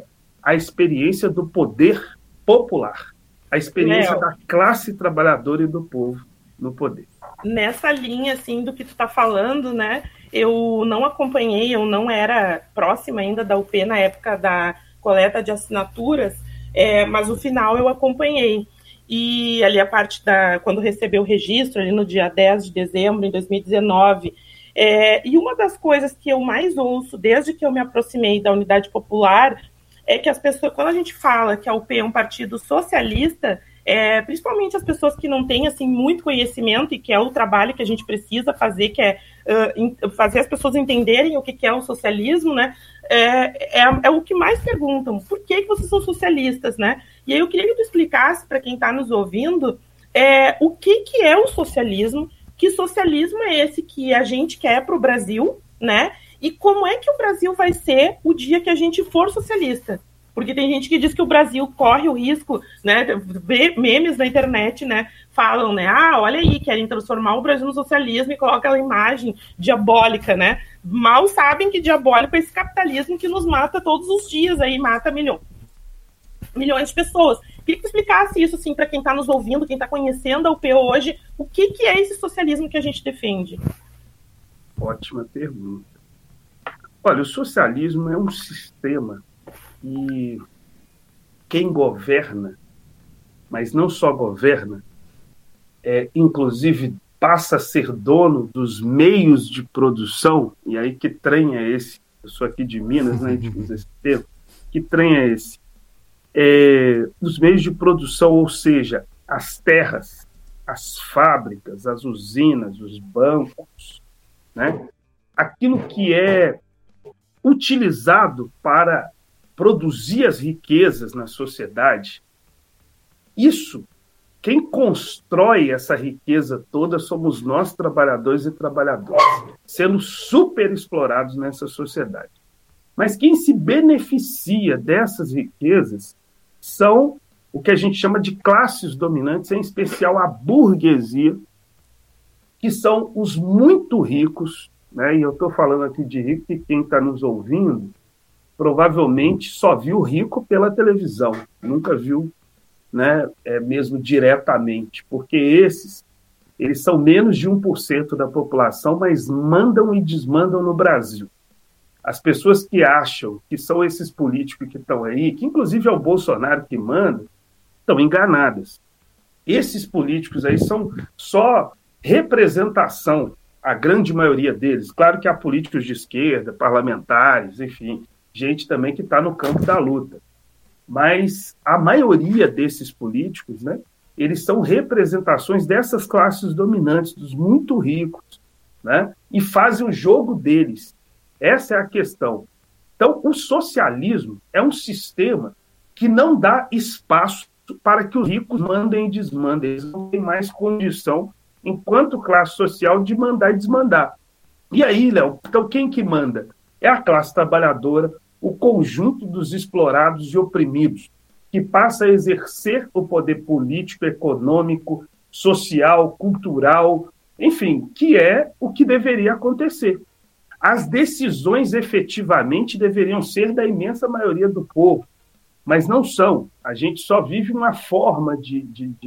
a experiência do poder popular, a experiência da classe trabalhadora e do povo no poder. Nessa linha, assim, do que tu está falando, né, eu não acompanhei, eu não era próxima ainda da UP na época da coleta de assinaturas, mas o final eu acompanhei. E ali a parte quando recebeu o registro, ali no dia 10 de dezembro de 2019, e uma das coisas que eu mais ouço desde que eu me aproximei da Unidade Popular é que as pessoas, quando a gente fala que a UP é um partido socialista, principalmente as pessoas que não têm assim, muito conhecimento, e que é o trabalho que a gente precisa fazer, que é fazer as pessoas entenderem o que é o socialismo, né? É o que mais perguntam, por que vocês são socialistas, né? E aí eu queria que tu explicasse para quem está nos ouvindo o que é o socialismo, que socialismo é esse que a gente quer para o Brasil, né? E como é que o Brasil vai ser o dia que a gente for socialista? Porque tem gente que diz que o Brasil corre o risco, né? Memes na internet, né? Falam, né? Olha aí, querem transformar o Brasil no socialismo e colocam aquela imagem diabólica, né? Mal sabem que diabólico é esse capitalismo que nos mata todos os dias, aí mata milhões de pessoas. Queria que tu explicasse isso, assim, para quem está nos ouvindo, quem está conhecendo a UP hoje, o que é esse socialismo que a gente defende? Ótima pergunta. Olha, o socialismo é um sistema e quem governa, mas não só governa, inclusive passa a ser dono dos meios de produção, e aí que trem é esse? Eu sou aqui de Minas, né, a gente usa esse termo. Que trem é esse? Os meios de produção, ou seja, as terras, as fábricas, as usinas, os bancos, né? Aquilo que é utilizado para produzir as riquezas na sociedade, isso, quem constrói essa riqueza toda somos nós, trabalhadores e trabalhadoras, sendo super explorados nessa sociedade. Mas quem se beneficia dessas riquezas são o que a gente chama de classes dominantes, em especial a burguesia, que são os muito ricos, né? E eu estou falando aqui de rico, que quem está nos ouvindo provavelmente só viu rico pela televisão, nunca viu, né, mesmo diretamente, porque eles são menos de 1% da população, mas mandam e desmandam no Brasil. As pessoas que acham que são esses políticos que estão aí, que inclusive é o Bolsonaro que manda, estão enganadas. Esses políticos aí são só representação, a grande maioria deles. Claro que há políticos de esquerda, parlamentares, enfim, gente também que está no campo da luta. Mas a maioria desses políticos, né, eles são representações dessas classes dominantes, dos muito ricos, né, e fazem o jogo deles. Essa é a questão. Então, o socialismo é um sistema que não dá espaço para que os ricos mandem e desmandem. Eles não têm mais condição, enquanto classe social, de mandar e desmandar. E aí, Léo, então quem que manda? É a classe trabalhadora, o conjunto dos explorados e oprimidos, que passa a exercer o poder político, econômico, social, cultural, enfim, que é o que deveria acontecer. As decisões efetivamente deveriam ser da imensa maioria do povo, mas não são. A gente só vive uma forma de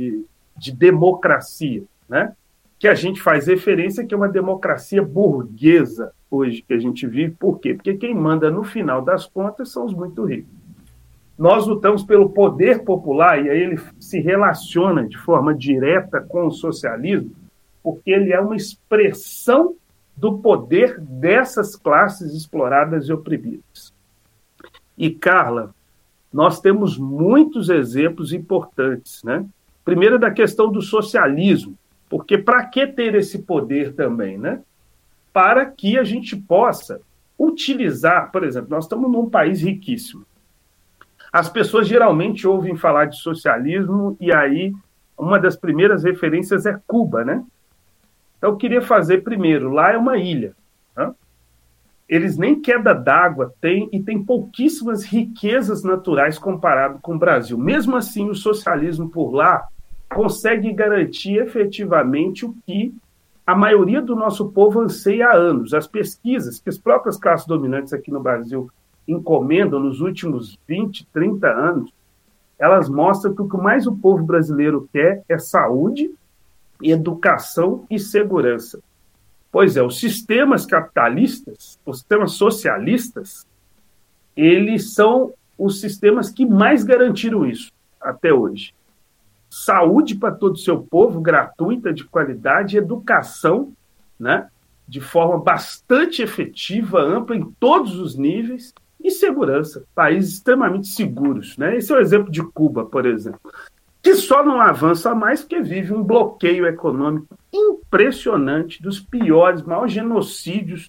democracia, né? Que a gente faz referência que é uma democracia burguesa hoje que a gente vive. Por quê? Porque quem manda no final das contas são os muito ricos. Nós lutamos pelo poder popular, e aí ele se relaciona de forma direta com o socialismo, porque ele é uma expressão do poder dessas classes exploradas e oprimidas. E, Carla, nós temos muitos exemplos importantes, né? Primeiro, da questão do socialismo, porque para que ter esse poder também, né? Para que a gente possa utilizar, por exemplo, nós estamos num país riquíssimo. As pessoas geralmente ouvem falar de socialismo e aí uma das primeiras referências é Cuba, né? Então, eu queria fazer primeiro, lá é uma ilha, né? Eles nem queda d'água têm e tem pouquíssimas riquezas naturais comparado com o Brasil. Mesmo assim, o socialismo por lá consegue garantir efetivamente o que a maioria do nosso povo anseia há anos. As pesquisas que as próprias classes dominantes aqui no Brasil encomendam nos últimos 20, 30 anos, elas mostram que o que mais o povo brasileiro quer é saúde, educação e segurança. Pois é, os sistemas capitalistas, os sistemas socialistas, eles são os sistemas que mais garantiram isso até hoje. Saúde para todo o seu povo, gratuita, de qualidade, educação, né, de forma bastante efetiva, ampla, em todos os níveis, e segurança, países extremamente seguros, né? Esse é o exemplo de Cuba, por exemplo, que só não avança mais porque vive um bloqueio econômico impressionante, dos piores, maiores genocídios,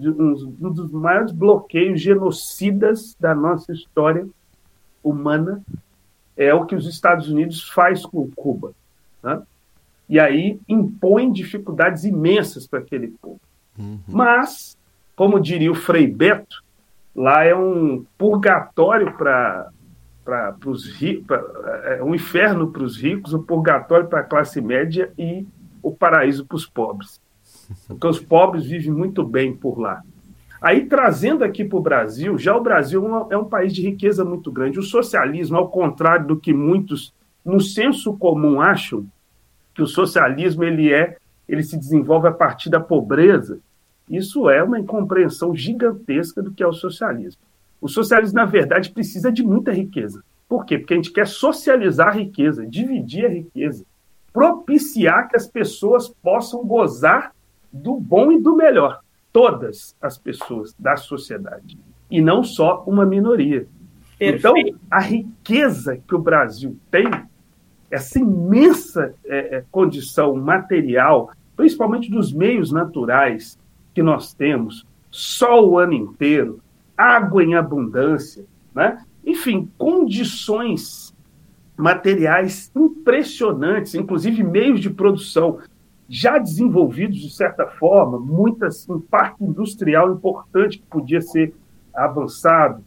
um dos maiores bloqueios genocidas da nossa história humana, é o que os Estados Unidos faz com Cuba, né? E aí impõe dificuldades imensas para aquele povo. Mas, como diria o Frei Beto, lá é um purgatório para os ricos, é um inferno para os ricos, um purgatório para a classe média e o paraíso para os pobres. Porque os pobres vivem muito bem por lá. Aí, trazendo aqui para o Brasil, já o Brasil é um país de riqueza muito grande. O socialismo, ao contrário do que muitos, no senso comum, acham, que o socialismo ele se desenvolve a partir da pobreza, isso é uma incompreensão gigantesca do que é o socialismo. O socialismo, na verdade, precisa de muita riqueza. Por quê? Porque a gente quer socializar a riqueza, dividir a riqueza, propiciar que as pessoas possam gozar do bom e do melhor. Todas as pessoas da sociedade, e não só uma minoria. Perfeito. Então, a riqueza que o Brasil tem, essa imensa condição material, principalmente dos meios naturais que nós temos, sol o ano inteiro, água em abundância, né? Enfim, condições materiais impressionantes, inclusive meios de produção já desenvolvidos de certa forma, um parque industrial importante que podia ser avançado,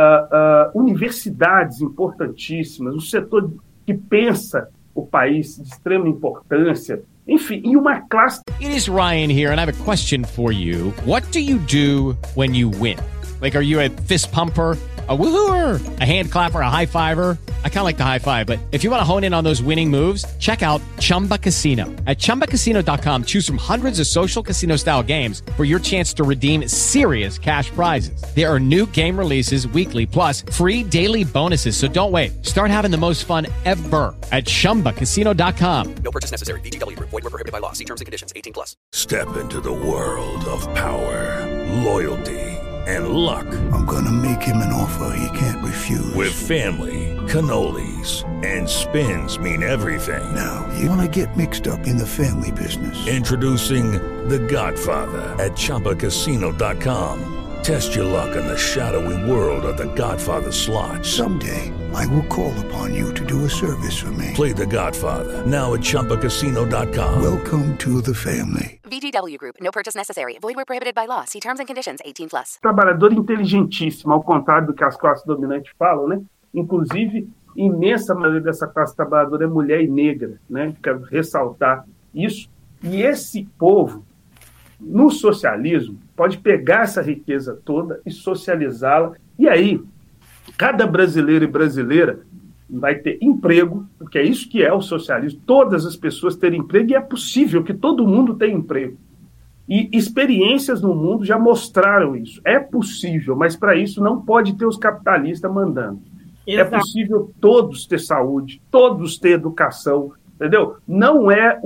universidades importantíssimas, um setor que pensa o país de extrema importância, enfim, e uma classe... It is Ryan here, and I have a question for you. What do you do when you win? Like, are you a fist pumper, a woohooer, a hand clapper, a high fiver? I kind of like the high five, but if you want to hone in on those winning moves, check out Chumba Casino. At ChumbaCasino.com, choose from hundreds of social casino-style games for your chance to redeem serious cash prizes. There are new game releases weekly, plus free daily bonuses, so don't wait. Start having the most fun ever at ChumbaCasino.com. No purchase necessary. VGW Group. Void where prohibited by law. See terms and conditions. 18+. Step into the world of power, loyalty, and luck. I'm gonna make him an offer he can't refuse. With family, cannolis, and spins mean everything. Now, you wanna get mixed up in the family business. Introducing The Godfather at ChumbaCasino.com. Test your luck in the shadowy world of The Godfather slot. Someday, I will call upon you to do a service for me. Play The Godfather, now at ChumbaCasino.com. Welcome to the family. VGW Group. No purchase necessary. Void where prohibited by law. See terms and conditions. 18+. Trabalhador inteligentíssimo, ao contrário do que as classes dominantes falam, né? Inclusive, imensa maioria dessa classe trabalhadora é mulher e negra, né? Quero ressaltar isso. E esse povo, no socialismo, pode pegar essa riqueza toda e socializá-la. E aí, cada brasileiro e brasileira vai ter emprego, porque é isso que é o socialismo, todas as pessoas terem emprego, e é possível que todo mundo tenha emprego. E experiências no mundo já mostraram isso. É possível, mas para isso não pode ter os capitalistas mandando. Exato. É possível todos ter saúde, todos ter educação, entendeu? Não é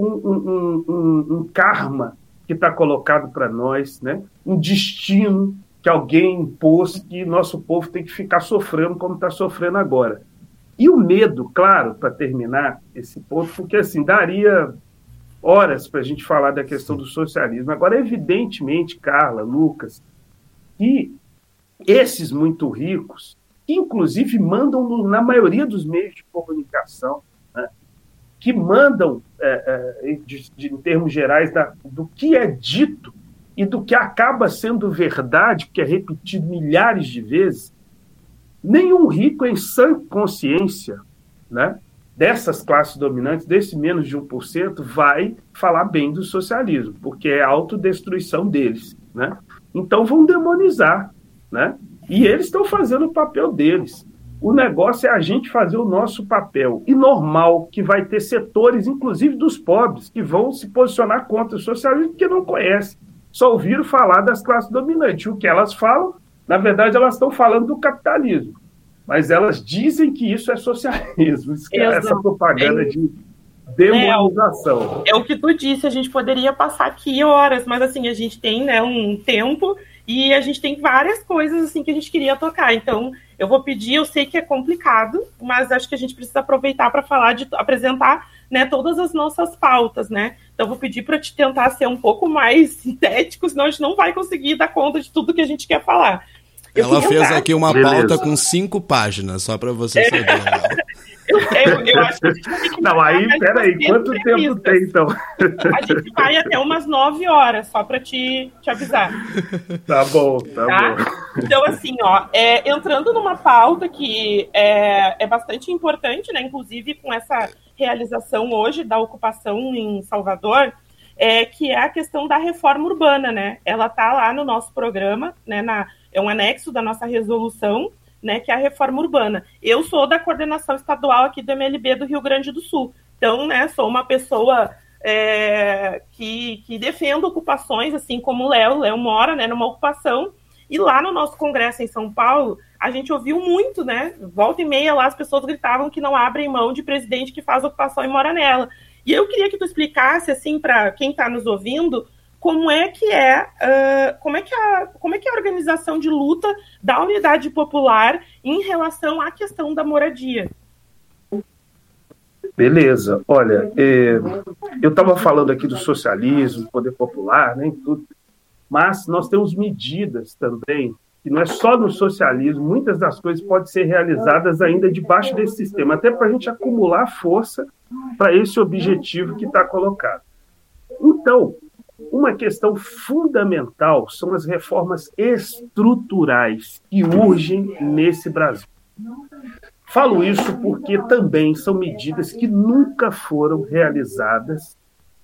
um karma que está colocado para nós, né? Um destino que alguém impôs que nosso povo tem que ficar sofrendo como está sofrendo agora. E o medo, claro, para terminar esse ponto, porque assim, daria horas para a gente falar da questão do socialismo. Agora, evidentemente, Carla, Lucas, que esses muito ricos, que inclusive mandam na maioria dos meios de comunicação, né, que mandam, em termos gerais, do que é dito e do que acaba sendo verdade, porque é repetido milhares de vezes, nenhum rico em sã consciência, né, dessas classes dominantes, desse menos de 1%, vai falar bem do socialismo, porque é a autodestruição deles, né? Então vão demonizar, né? E eles estão fazendo o papel deles. O negócio é a gente fazer o nosso papel. E normal que vai ter setores, inclusive dos pobres, que vão se posicionar contra o socialismo porque não conhecem. Só ouviram falar das classes dominantes. O que elas falam, na verdade, elas estão falando do capitalismo. Mas elas dizem que isso é socialismo. Essa propaganda de demonização. É o que tu disse, a gente poderia passar aqui horas, mas assim, a gente tem, né, um tempo e a gente tem várias coisas assim que a gente queria tocar. Então, eu vou pedir, eu sei que é complicado, mas acho que a gente precisa aproveitar para falar, apresentar, né, todas as nossas pautas, né? Então, eu vou pedir para te tentar ser um pouco mais sintético, senão a gente não vai conseguir dar conta de tudo que a gente quer falar. Ela fez aqui uma pauta com 5 páginas, só para você saber. Eu acho que a gente vai ter que... Não, aí, peraí, quanto tempo tem, então? A gente vai até umas 9 horas, só para te avisar. Tá bom, tá bom. Então, assim, ó, entrando numa pauta que é bastante importante, né, inclusive com essa realização hoje da ocupação em Salvador, que é a questão da reforma urbana, né? Ela tá lá no nosso programa, né, é um anexo da nossa resolução, né, que é a reforma urbana. Eu sou da coordenação estadual aqui do MLB do Rio Grande do Sul. Então, né, sou uma pessoa que defende ocupações, assim como o Léo. Léo mora, né, numa ocupação. E lá no nosso congresso em São Paulo, a gente ouviu muito, né? Volta e meia lá as pessoas gritavam que não abrem mão de presidente que faz ocupação e mora nela. E eu queria que tu explicasse, assim, para quem está nos ouvindo, como é que a organização de luta da Unidade Popular em relação à questão da moradia. Beleza, olha, eu estava falando aqui do socialismo, poder popular, né, tudo, mas nós temos medidas também, que não é só no socialismo, muitas das coisas podem ser realizadas ainda debaixo desse sistema, até para a gente acumular força para esse objetivo que está colocado. Então, uma questão fundamental são as reformas estruturais que urgem nesse Brasil. Falo isso porque também são medidas que nunca foram realizadas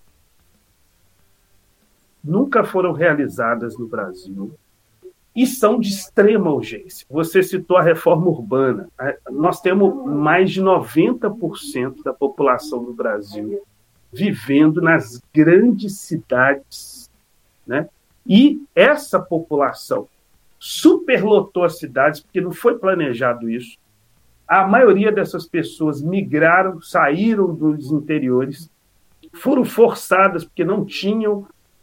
no Brasil e são de extrema urgência. Você citou a reforma urbana. Nós temos mais de 90% da população do Brasil vivendo nas grandes cidades, né? E essa população superlotou as cidades, porque não foi planejado isso. A maioria dessas pessoas migraram, saíram dos interiores, foram forçadas porque não tinham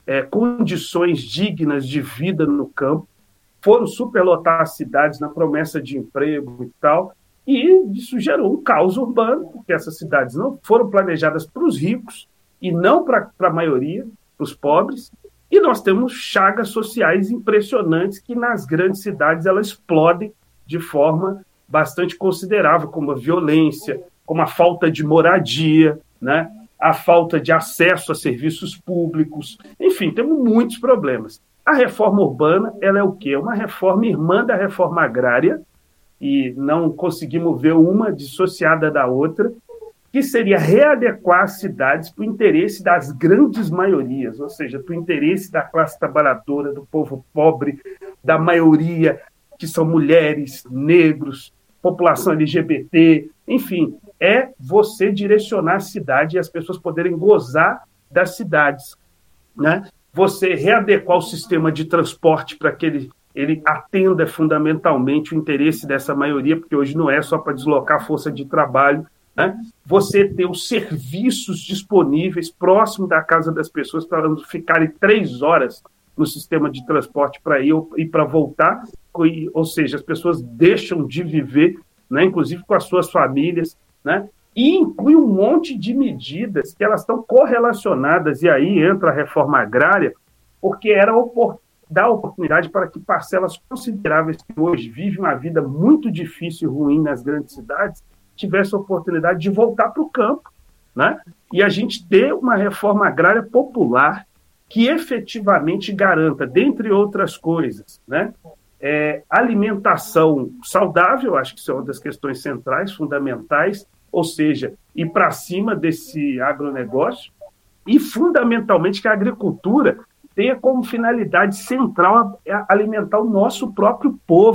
condições dignas de vida no campo, foram superlotar as cidades na promessa de emprego e tal, e isso gerou um caos urbano, porque essas cidades não foram planejadas para os ricos e não para a maioria, para os pobres, e nós temos chagas sociais impressionantes que nas grandes cidades elas explodem de forma bastante considerável, como a violência, como a falta de moradia, né? A falta de acesso a serviços públicos, enfim, temos muitos problemas. A reforma urbana, ela é o quê? É uma reforma irmã da reforma agrária, e não conseguimos ver uma dissociada da outra, que seria readequar as cidades para o interesse das grandes maiorias, ou seja, para o interesse da classe trabalhadora, do povo pobre, da maioria, que são mulheres, negros, população LGBT, enfim, é você direcionar a cidade e as pessoas poderem gozar das cidades, né? Você readequar o sistema de transporte para que ele atenda fundamentalmente o interesse dessa maioria, porque hoje não é só para deslocar força de trabalho, né? Você ter os serviços disponíveis próximo da casa das pessoas para não ficarem 3 horas no sistema de transporte para ir e para voltar, ou seja, as pessoas deixam de viver, né, inclusive com as suas famílias, né, e inclui um monte de medidas que elas estão correlacionadas, e aí entra a reforma agrária, porque era dar oportunidade para que parcelas consideráveis que hoje vivem uma vida muito difícil e ruim nas grandes cidades, tivessem a oportunidade de voltar para o campo, né, e a gente ter uma reforma agrária popular que efetivamente garanta, dentre outras coisas, né, alimentação saudável, acho que isso é uma das questões centrais, fundamentais, ou seja, ir para cima desse agronegócio, e fundamentalmente que a agricultura tenha como finalidade central alimentar o nosso próprio povo,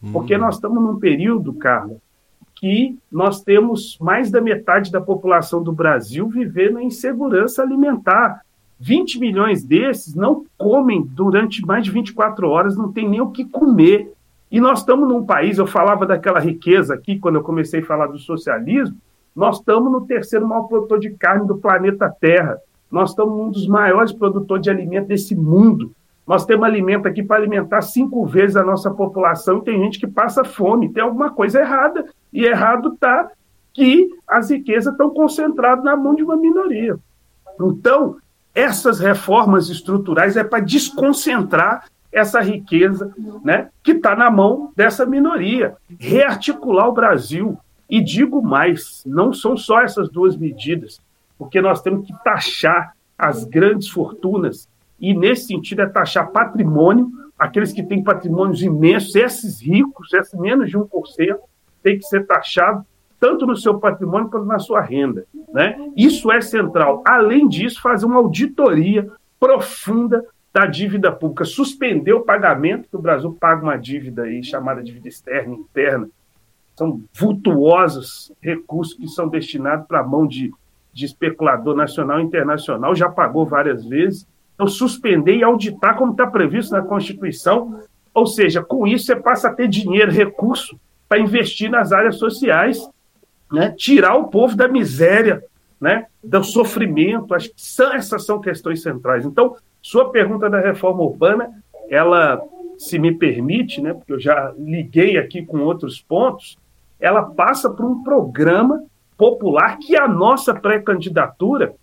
Porque nós estamos num período, Carla, que nós temos mais da metade da população do Brasil vivendo em insegurança alimentar. 20 milhões desses não comem durante mais de 24 horas, não tem nem o que comer. E nós estamos num país, eu falava daquela riqueza aqui, quando eu comecei a falar do socialismo, nós estamos no terceiro maior produtor de carne do planeta Terra. Nós estamos um dos maiores produtores de alimento desse mundo. Nós temos alimento aqui para alimentar 5 vezes a nossa população e tem gente que passa fome. Tem alguma coisa errada. E errado está que as riquezas estão concentradas na mão de uma minoria. Então, essas reformas estruturais é para desconcentrar essa riqueza, né, que está na mão dessa minoria. Rearticular o Brasil. E digo mais, não são só essas duas medidas, porque nós temos que taxar as grandes fortunas, e nesse sentido é taxar patrimônio, aqueles que têm patrimônios imensos, esses ricos, esses menos de 1%, tem que ser taxado tanto no seu patrimônio quanto na sua renda, né? Isso é central. Além disso, fazer uma auditoria profunda da dívida pública, suspender o pagamento, que o Brasil paga uma dívida aí, chamada dívida externa e interna. São vultuosos recursos que são destinados para a mão de especulador nacional e internacional, já pagou várias vezes. Então, suspender e auditar como está previsto na Constituição, ou seja, com isso você passa a ter dinheiro, recurso, para investir nas áreas sociais, né? Tirar o povo da miséria, né? Do sofrimento. Acho que essas são questões centrais. Então, sua pergunta da reforma urbana, ela, se me permite, né? Porque eu já liguei aqui com outros pontos, ela passa por um programa popular que a nossa pré-candidatura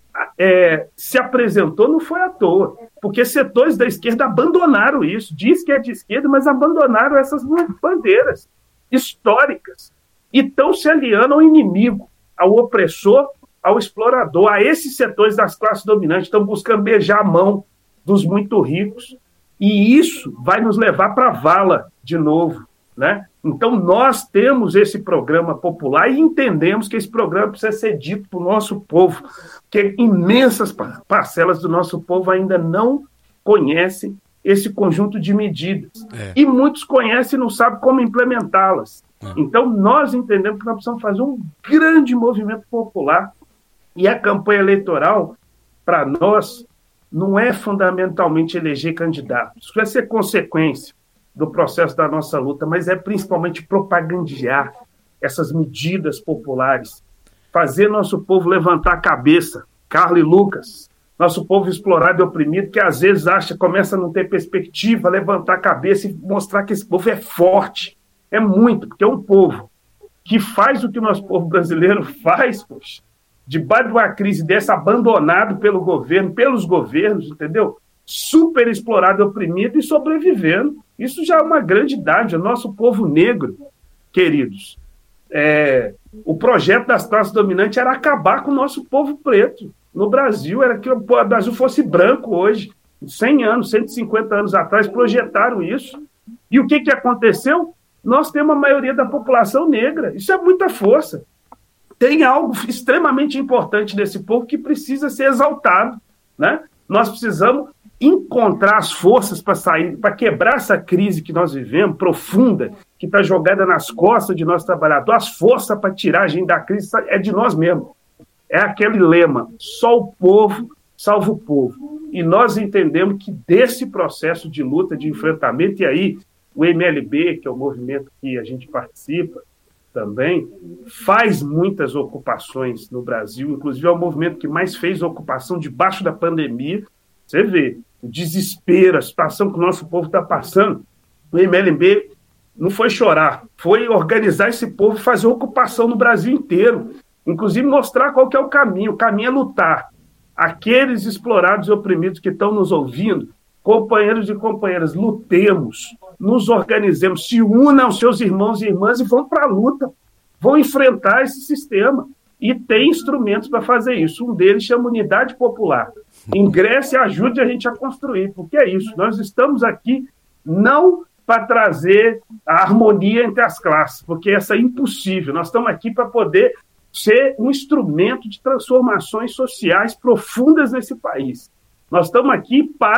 se apresentou, não foi à toa, porque setores da esquerda abandonaram isso, diz que é de esquerda, mas abandonaram essas bandeiras históricas e estão se aliando ao inimigo, ao opressor, ao explorador, a esses setores das classes dominantes, estão buscando beijar a mão dos muito ricos, e isso vai nos levar para a vala de novo, né? Então nós temos esse programa popular e entendemos que esse programa precisa ser dito para o nosso povo, porque imensas parcelas do nosso povo ainda não conhecem esse conjunto de medidas. E muitos conhecem e não sabem como implementá-las. Então nós entendemos que nós precisamos fazer um grande movimento popular, e a campanha eleitoral, para nós, não é fundamentalmente eleger candidatos. Isso vai ser consequência do processo da nossa luta, mas é principalmente propagandear essas medidas populares, fazer nosso povo levantar a cabeça. Carla e Lucas, nosso povo explorado e oprimido, que às vezes começa a não ter perspectiva, levantar a cabeça e mostrar que esse povo é forte. É muito, porque é um povo que faz o que o nosso povo brasileiro faz, poxa, debaixo de uma crise dessa, abandonado pelo governo, pelos governos, entendeu? Super explorado e oprimido e sobrevivendo. Isso já é uma grande idade. O nosso povo negro, queridos, o projeto das classes dominantes era acabar com o nosso povo preto no Brasil, era que o Brasil fosse branco hoje. 100 anos, 150 anos atrás, projetaram isso. E o que aconteceu? Nós temos a maioria da população negra. Isso é muita força. Tem algo extremamente importante nesse povo que precisa ser exaltado, né? Nós precisamos encontrar as forças para sair, para quebrar essa crise que nós vivemos, profunda, que está jogada nas costas de nossos trabalhadores. As forças para tirar a gente da crise é de nós mesmos. É aquele lema, só o povo salva o povo. E nós entendemos que desse processo de luta, de enfrentamento, e aí o MLB, que é o movimento que a gente participa também, faz muitas ocupações no Brasil, inclusive é o movimento que mais fez ocupação debaixo da pandemia. Você vê o desespero, a situação que o nosso povo está passando. O MLB não foi chorar, foi organizar esse povo e fazer ocupação no Brasil inteiro. Inclusive mostrar qual que é o caminho. O caminho é lutar. Aqueles explorados e oprimidos que estão nos ouvindo, companheiros e companheiras, lutemos, nos organizemos, se unam aos seus irmãos e irmãs e vão para a luta, vão enfrentar esse sistema. E tem instrumentos para fazer isso. Um deles chama Unidade Popular. Ingresse e ajude a gente a construir, porque é isso. Nós estamos aqui não para trazer a harmonia entre as classes, porque essa é impossível. Nós estamos aqui para poder ser um instrumento de transformações sociais profundas nesse país. Nós estamos aqui para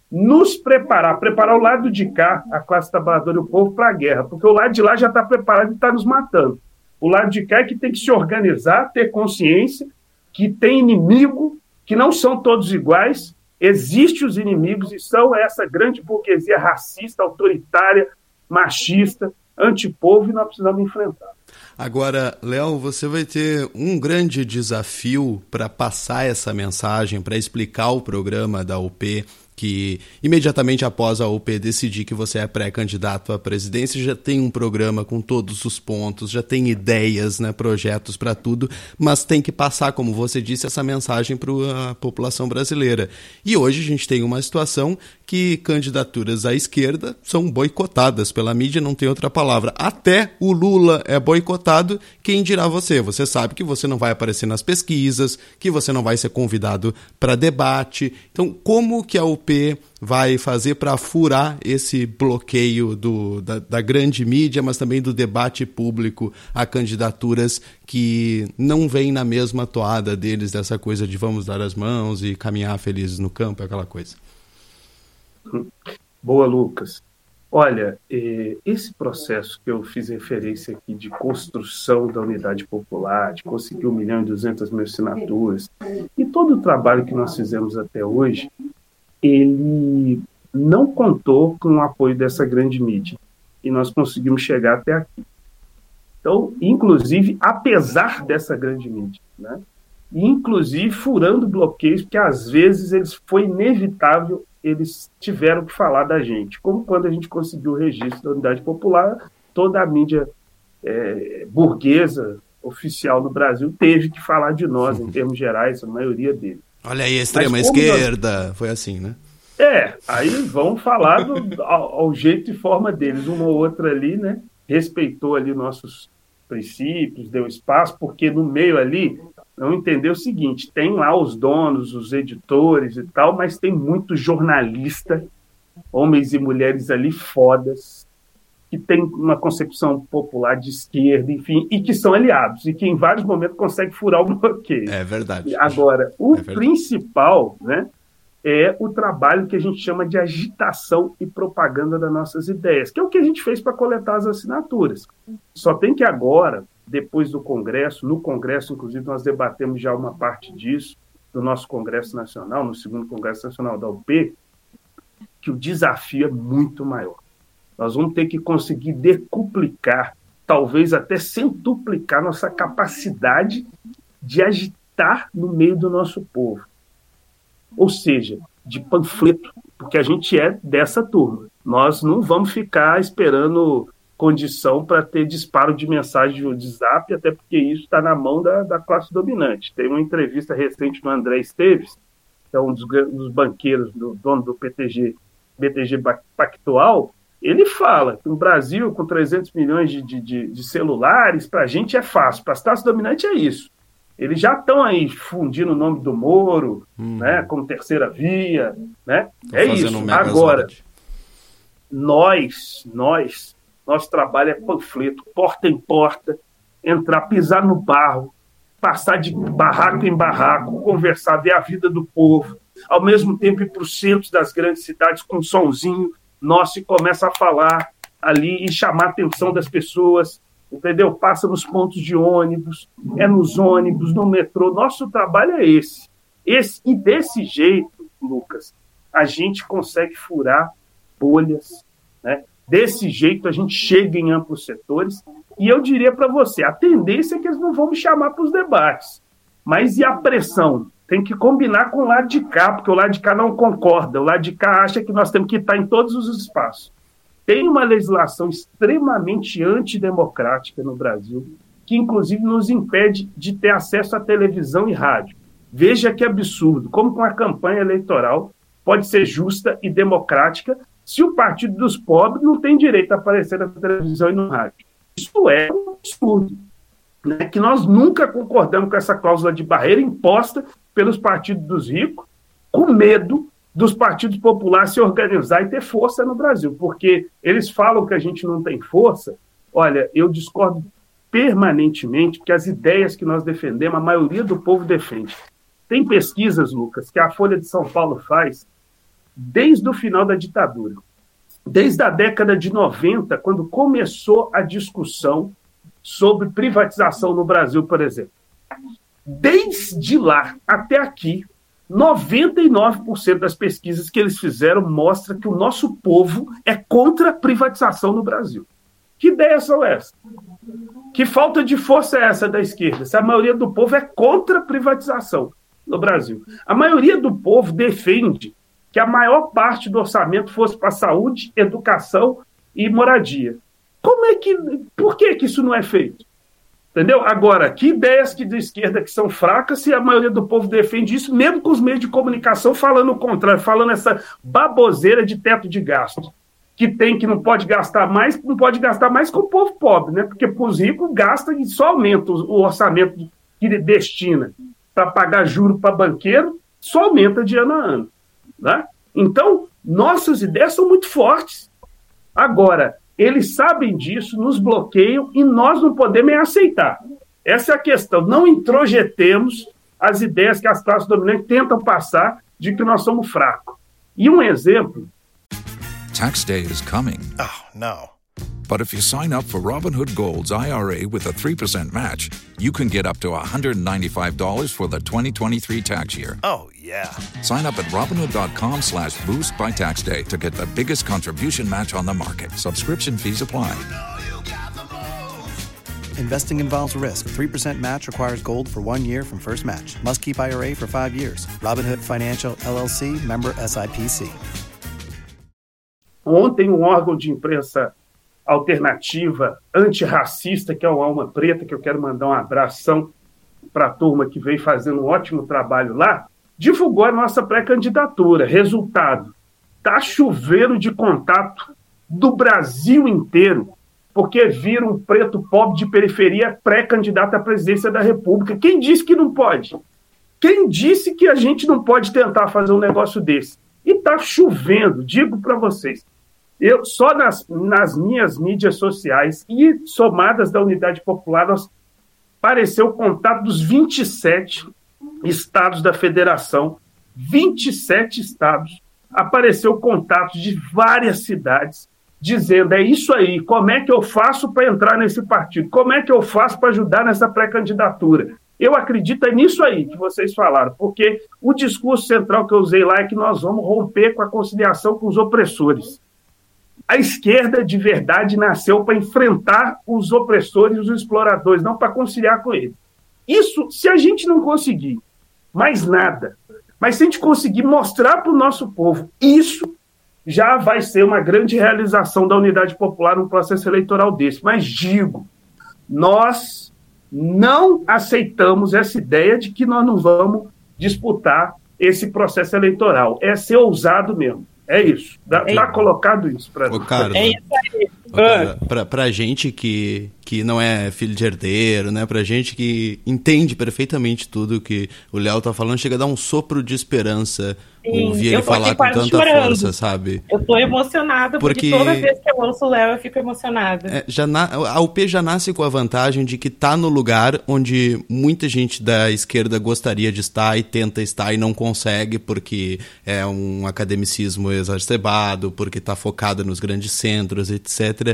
nos preparar o lado de cá, a classe trabalhadora e o povo, para a guerra, porque o lado de lá já está preparado e está nos matando. O lado de cá é que tem que se organizar, ter consciência que tem inimigo, que não são todos iguais, existem os inimigos e são essa grande burguesia racista, autoritária, machista, antipovo, e nós precisamos enfrentar. Agora, Léo, você vai ter um grande desafio para passar essa mensagem, para explicar o programa da UP, que imediatamente após a UP decidir que você é pré-candidato à presidência, já tem um programa com todos os pontos, já tem ideias, né, projetos para tudo, mas tem que passar, como você disse, essa mensagem para a população brasileira. E hoje a gente tem uma situação que candidaturas à esquerda são boicotadas pela mídia, não tem outra palavra. Até o Lula é boicotado, quem dirá você? Você sabe que você não vai aparecer nas pesquisas, que você não vai ser convidado para debate. Então, como que a UP vai fazer para furar esse bloqueio da grande mídia, mas também do debate público a candidaturas que não vêm na mesma toada deles, dessa coisa de vamos dar as mãos e caminhar felizes no campo, aquela coisa? Boa, Lucas. Olha, esse processo que eu fiz referência aqui de construção da unidade popular, de conseguir 1.200.000 assinaturas, e todo o trabalho que nós fizemos até hoje, ele não contou com o apoio dessa grande mídia. E nós conseguimos chegar até aqui. Então, inclusive, apesar dessa grande mídia, né? E, inclusive, furando bloqueios, porque às vezes foi inevitável, eles tiveram que falar da gente. Como quando a gente conseguiu o registro da unidade popular, toda a mídia burguesa oficial do Brasil teve que falar de nós, em termos gerais, a maioria deles. Olha aí, a extrema-esquerda, foi assim, né? Aí vão falar ao jeito e forma deles. Uma ou outra ali, né, respeitou ali nossos princípios, deu espaço, porque no meio ali, não entendeu o seguinte, tem lá os donos, os editores e tal, mas tem muito jornalista, homens e mulheres ali fodas, que tem uma concepção popular de esquerda, enfim, e que são aliados, e que em vários momentos conseguem furar o bloqueio. É verdade. Agora, o principal, né, é o trabalho que a gente chama de agitação e propaganda das nossas ideias, que é o que a gente fez para coletar as assinaturas. Só tem que agora, depois do Congresso, no Congresso, inclusive, nós debatemos já uma parte disso, do nosso Congresso Nacional, no segundo Congresso Nacional da UP, que o desafio é muito maior. Nós vamos ter que conseguir decuplicar, talvez até centuplicar nossa capacidade de agitar no meio do nosso povo. Ou seja, de panfleto, porque a gente é dessa turma. Nós não vamos ficar esperando condição para ter disparo de mensagem de WhatsApp, até porque isso está na mão da classe dominante. Tem uma entrevista recente do André Esteves, que é um dos banqueiros, dono do BTG Pactual. Ele fala que no Brasil, com 300 milhões de celulares, para a gente é fácil, para as classes dominantes é isso. Eles já estão aí fundindo o nome do Moro, né, como terceira via, né? É isso. Agora, nosso trabalho é panfleto, porta em porta, entrar, pisar no barro, passar de barraco em barraco, conversar, ver a vida do povo, ao mesmo tempo ir para os centros das grandes cidades com um sonzinho nosso e começa a falar ali e chamar a atenção das pessoas, entendeu? Passa nos pontos de ônibus, nos ônibus, no metrô. Nosso trabalho é esse. E desse jeito, Lucas, a gente consegue furar bolhas, né? Desse jeito a gente chega em amplos setores. E eu diria para você, a tendência é que eles não vão me chamar para os debates. Mas e a pressão? Tem que combinar com o lado de cá, porque o lado de cá não concorda. O lado de cá acha que nós temos que estar em todos os espaços. Tem uma legislação extremamente antidemocrática no Brasil, que inclusive nos impede de ter acesso à televisão e rádio. Veja que absurdo, como uma campanha eleitoral pode ser justa e democrática se o Partido dos Pobres não tem direito a aparecer na televisão e no rádio. Isso é um absurdo, né? Que nós nunca concordamos com essa cláusula de barreira imposta pelos partidos dos ricos, com medo dos partidos populares se organizar e ter força no Brasil, porque eles falam que a gente não tem força. Olha, eu discordo permanentemente, porque as ideias que nós defendemos, a maioria do povo defende. Tem pesquisas, Lucas, que a Folha de São Paulo faz desde o final da ditadura. Desde a década de 90, quando começou a discussão sobre privatização no Brasil, por exemplo. Desde lá até aqui, 99% das pesquisas que eles fizeram mostra que o nosso povo é contra a privatização no Brasil. Que ideias são essas? Que falta de força é essa da esquerda? Se a maioria do povo é contra a privatização no Brasil. A maioria do povo defende que a maior parte do orçamento fosse para saúde, educação e moradia. Por que isso não é feito? Entendeu? Agora, que ideias de esquerda que são fracas se a maioria do povo defende isso, mesmo com os meios de comunicação falando o contrário, falando essa baboseira de teto de gasto, que não pode gastar mais com o povo pobre, né? Porque para os ricos gasta e só aumenta o orçamento que ele destina para pagar juro para banqueiro, só aumenta de ano a ano. Né? Então, nossas ideias são muito fortes. Agora, eles sabem disso, nos bloqueiam e nós não podemos aceitar. Essa é a questão. Não introjetemos as ideias que as classes dominantes tentam passar de que nós somos fracos. E um exemplo... Tax day is coming. Oh, no. But if you sign up for Robinhood Gold's IRA with a 3% match, you can get up to $195 for the 2023 tax year. Oh, yeah. Sign up at Robinhood.com/boost by tax day to get the biggest contribution match on the market. Subscription fees apply. Investing involves risk. 3% match requires gold for 1 year from first match. Must keep IRA for 5 years. Robinhood Financial, LLC, member SIPC. Ontem, um órgão de imprensa alternativa, antirracista, que é o Alma Preta, que eu quero mandar um abração para a turma que veio fazendo um ótimo trabalho lá, divulgou a nossa pré-candidatura. Resultado, está chovendo de contato do Brasil inteiro, porque vira um preto pobre de periferia pré-candidato à presidência da República. Quem disse que não pode? Quem disse que a gente não pode tentar fazer um negócio desse? E está chovendo, digo para vocês. Eu, só nas minhas mídias sociais e somadas da Unidade Popular, apareceu o contato dos 27 estados da federação, 27 estados, apareceu o contato de várias cidades, dizendo, é isso aí, como é que eu faço para entrar nesse partido? Como é que eu faço para ajudar nessa pré-candidatura? Eu acredito nisso aí que vocês falaram, porque o discurso central que eu usei lá é que nós vamos romper com a conciliação com os opressores. A esquerda de verdade nasceu para enfrentar os opressores e os exploradores, não para conciliar com eles. Isso, se a gente não conseguir mais nada, mas se a gente conseguir mostrar para o nosso povo isso, já vai ser uma grande realização da Unidade Popular num processo eleitoral desse. Mas digo, nós não aceitamos essa ideia de que nós não vamos disputar esse processo eleitoral. É ser ousado mesmo. É isso. Tá colocado isso para Carlos. É isso aí. Pra gente que não é filho de herdeiro, né? Pra gente que entende perfeitamente tudo que o Léo tá falando, chega a dar um sopro de esperança. Sim, ouvir ele falar com tanta força, sabe? Eu tô emocionada, porque toda vez que eu ouço o Léo, eu fico emocionada. A UP já nasce com a vantagem de que tá no lugar onde muita gente da esquerda gostaria de estar e tenta estar e não consegue, porque é um academicismo exacerbado, porque tá focado nos grandes centros, etc.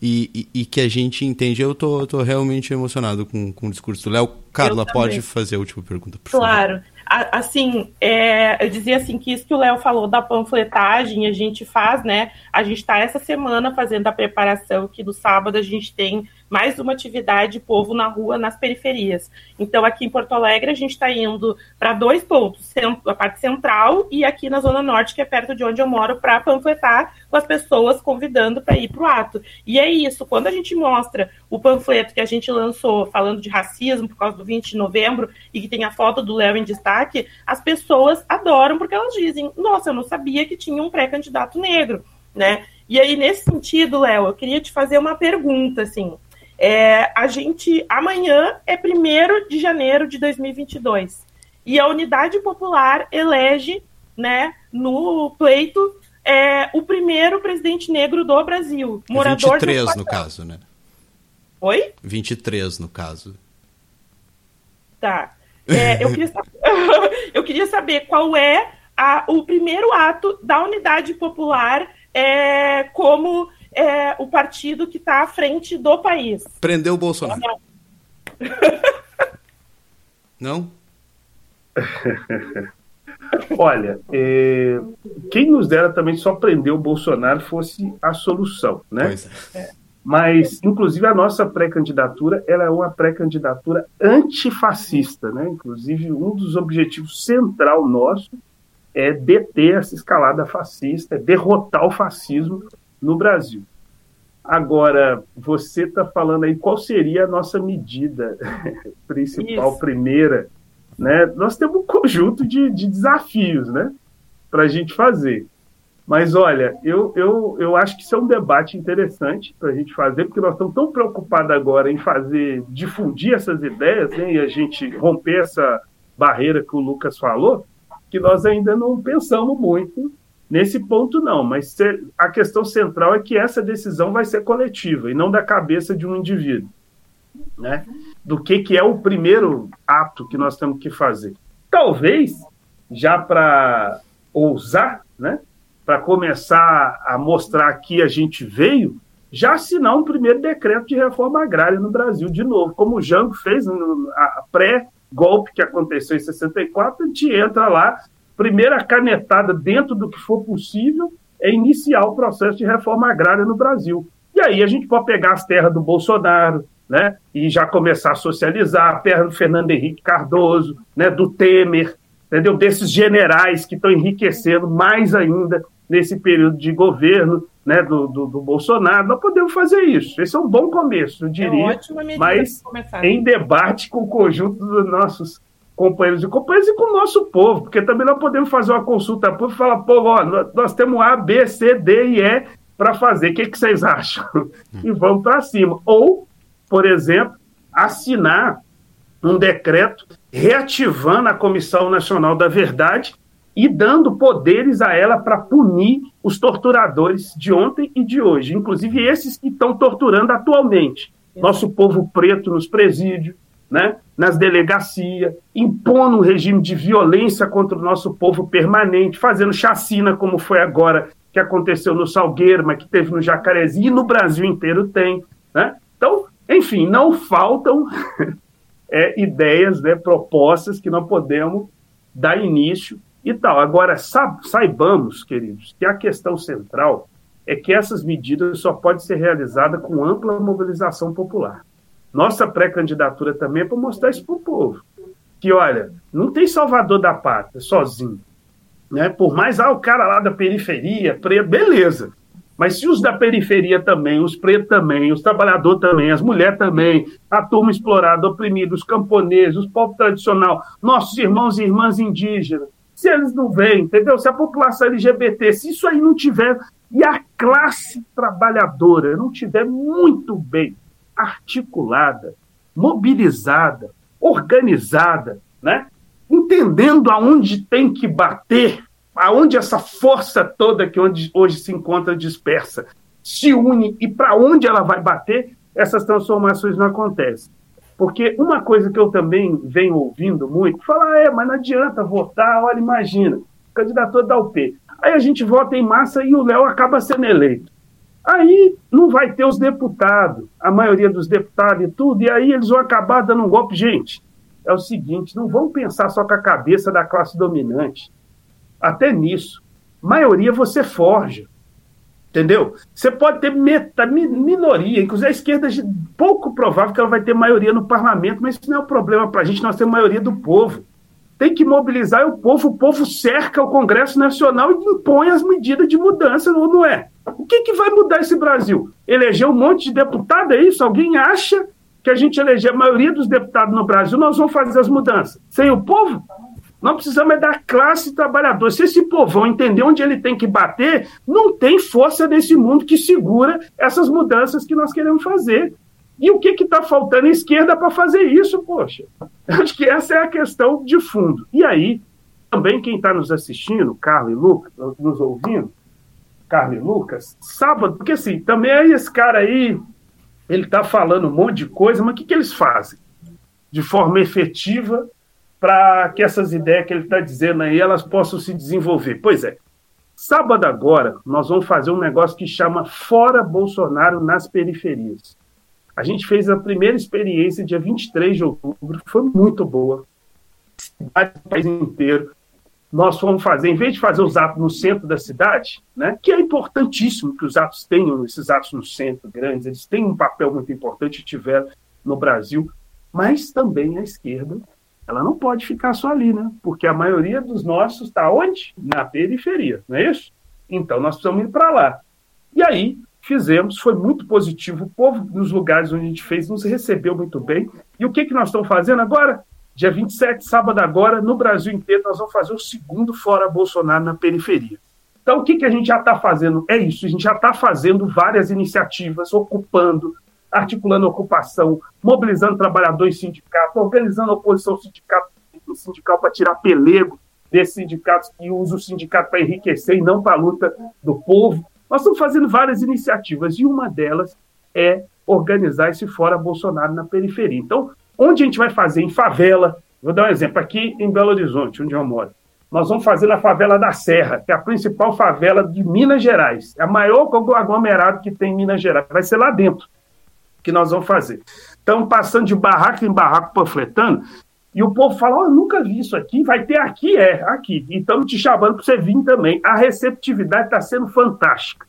E que a gente entende. Eu tô realmente emocionado com o discurso do Léo. Carla, pode fazer a última pergunta, por favor. Claro. Assim, eu dizia assim que isso que o Léo falou da panfletagem, a gente faz, né? A gente está essa semana fazendo a preparação, que no sábado a gente tem mais uma atividade Povo na Rua, nas periferias. Então, aqui em Porto Alegre, a gente está indo para 2 pontos, a parte central e aqui na Zona Norte, que é perto de onde eu moro, para panfletar com as pessoas, convidando para ir para o ato. E é isso, quando a gente mostra o panfleto que a gente lançou falando de racismo por causa do 20 de novembro e que tem a foto do Léo em destaque, as pessoas adoram, porque elas dizem, nossa, eu não sabia que tinha um pré-candidato negro, né? E aí, nesse sentido, Léo, eu queria te fazer uma pergunta, assim, a gente, amanhã é 1º de janeiro de 2022, e a Unidade Popular elege, né, no pleito, o primeiro presidente negro do Brasil, morador 23 no caso, né? Oi? 23 no caso. Tá. Eu queria saber qual é o primeiro ato da Unidade Popular como o partido que está à frente do país. Prendeu o Bolsonaro. Não? Olha, quem nos dera também só prender o Bolsonaro fosse a solução, né? Pois é. Mas, inclusive, a nossa pré-candidatura, ela é uma pré-candidatura antifascista, né? Inclusive, um dos objetivos central nosso é deter essa escalada fascista, é derrotar o fascismo no Brasil. Agora, você está falando aí qual seria a nossa medida principal, primeira, né? Nós temos um conjunto de desafios, né, para a gente fazer. Mas, olha, eu acho que isso é um debate interessante para a gente fazer, porque nós estamos tão preocupados agora em difundir essas ideias, né, e a gente romper essa barreira que o Lucas falou, que nós ainda não pensamos muito nesse ponto, não. Mas a questão central é que essa decisão vai ser coletiva e não da cabeça de um indivíduo, né? Do que é o primeiro ato que nós temos que fazer. Talvez, já para ousar, né, para começar a mostrar que a gente veio, já assinar um primeiro decreto de reforma agrária no Brasil, de novo, como o Jango fez a pré-golpe que aconteceu em 64, a gente entra lá, primeira canetada dentro do que for possível é iniciar o processo de reforma agrária no Brasil. E aí a gente pode pegar as terras do Bolsonaro, né, e já começar a socializar a terra do Fernando Henrique Cardoso, né, do Temer, entendeu? Desses generais que estão enriquecendo mais ainda nesse período de governo, né, do Bolsonaro. Nós podemos fazer isso. Esse é um bom começo, eu diria, mas em debate com o conjunto dos nossos companheiros e companheiras e com o nosso povo, porque também nós podemos fazer uma consulta pública e falar, povo, ó, nós temos A, B, C, D e E para fazer. O que vocês acham? E vamos para cima. Ou, por exemplo, assinar um decreto reativando a Comissão Nacional da Verdade e dando poderes a ela para punir os torturadores de ontem e de hoje, inclusive esses que estão torturando atualmente. Nosso povo preto nos presídios, né, nas delegacias, impondo um regime de violência contra o nosso povo permanente, fazendo chacina como foi agora, que aconteceu no Salgueiro, mas que teve no Jacarezinho e no Brasil inteiro tem, né? Então, enfim, não faltam ideias, né, propostas que nós podemos dar início e tal. Agora, saibamos, queridos, que a questão central é que essas medidas só podem ser realizadas com ampla mobilização popular. Nossa pré-candidatura também é para mostrar isso para o povo. Que, olha, não tem salvador da pátria sozinho, né? Por mais, o cara lá da periferia, preto, beleza. Mas se os da periferia também, os pretos também, os trabalhadores também, as mulheres também, a turma explorada, oprimida, os camponeses, os povos tradicionais, nossos irmãos e irmãs indígenas, se eles não vêm, entendeu? Se a população LGBT, se isso aí não tiver, e a classe trabalhadora não tiver muito bem articulada, mobilizada, organizada, né? Entendendo aonde tem que bater, aonde essa força toda que hoje se encontra dispersa se une e para onde ela vai bater, essas transformações não acontecem. Porque uma coisa que eu também venho ouvindo muito, falar, mas não adianta votar, olha, imagina, candidatura da UP. Aí a gente vota em massa e o Léo acaba sendo eleito. Aí não vai ter os deputados, a maioria dos deputados e tudo, e aí eles vão acabar dando um golpe. Gente, é o seguinte, não vamos pensar só com a cabeça da classe dominante. Até nisso, maioria você forja, entendeu? Você pode ter minoria, inclusive a esquerda, pouco provável que ela vai ter maioria no parlamento, mas isso não é um problema para a gente, nós temos maioria do povo. Tem que mobilizar o povo cerca o Congresso Nacional e impõe as medidas de mudança, ou não é? O que vai mudar esse Brasil? Eleger um monte de deputado, é isso? Alguém acha que a gente eleger a maioria dos deputados no Brasil, nós vamos fazer as mudanças? Sem o povo? Nós precisamos da classe trabalhadora. Se esse povão entender onde ele tem que bater, não tem força nesse mundo que segura essas mudanças que nós queremos fazer. E o que está faltando à esquerda para fazer isso, poxa? Acho que essa é a questão de fundo. E aí, também quem está nos assistindo, Carlos e Lucas, nos ouvindo, Carlos e Lucas, sábado, porque assim, também é esse cara aí, ele está falando um monte de coisa, mas o que eles fazem? De forma efetiva, para que essas ideias que ele está dizendo aí, elas possam se desenvolver. Pois é, sábado agora, nós vamos fazer um negócio que chama Fora Bolsonaro nas Periferias. A gente fez a primeira experiência dia 23 de outubro, foi muito boa. Cidade do país inteiro. Nós fomos fazer, em vez de fazer os atos no centro da cidade, né, que é importantíssimo que os atos tenham, esses atos no centro, grandes, eles têm um papel muito importante, tiveram no Brasil, mas também a esquerda, ela não pode ficar só ali, né? Porque a maioria dos nossos está onde? Na periferia, não é isso? Então nós precisamos ir para lá. E aí fizemos, foi muito positivo, o povo nos lugares onde a gente fez nos recebeu muito bem. E o que nós estamos fazendo agora? Dia 27, sábado agora, no Brasil inteiro, nós vamos fazer o segundo Fora Bolsonaro na periferia. Então, o que a gente já está fazendo? É isso, a gente já está fazendo várias iniciativas, ocupando, articulando a ocupação, mobilizando trabalhadores e sindicatos, organizando a oposição sindical para tirar pelego desses sindicatos que usam o sindicato para enriquecer e não para a luta do povo. Nós estamos fazendo várias iniciativas e uma delas é organizar esse Fora Bolsonaro na periferia. Então, onde a gente vai fazer? Em favela. Vou dar um exemplo. Aqui em Belo Horizonte, onde eu moro. Nós vamos fazer na favela da Serra, que é a principal favela de Minas Gerais. É a maior aglomerado que tem em Minas Gerais. Vai ser lá dentro que nós vamos fazer. Estamos passando de barraco em barraco, panfletando, e o povo fala, eu nunca vi isso aqui, vai ter aqui, aqui. E estamos te chamando para você vir também. A receptividade está sendo fantástica.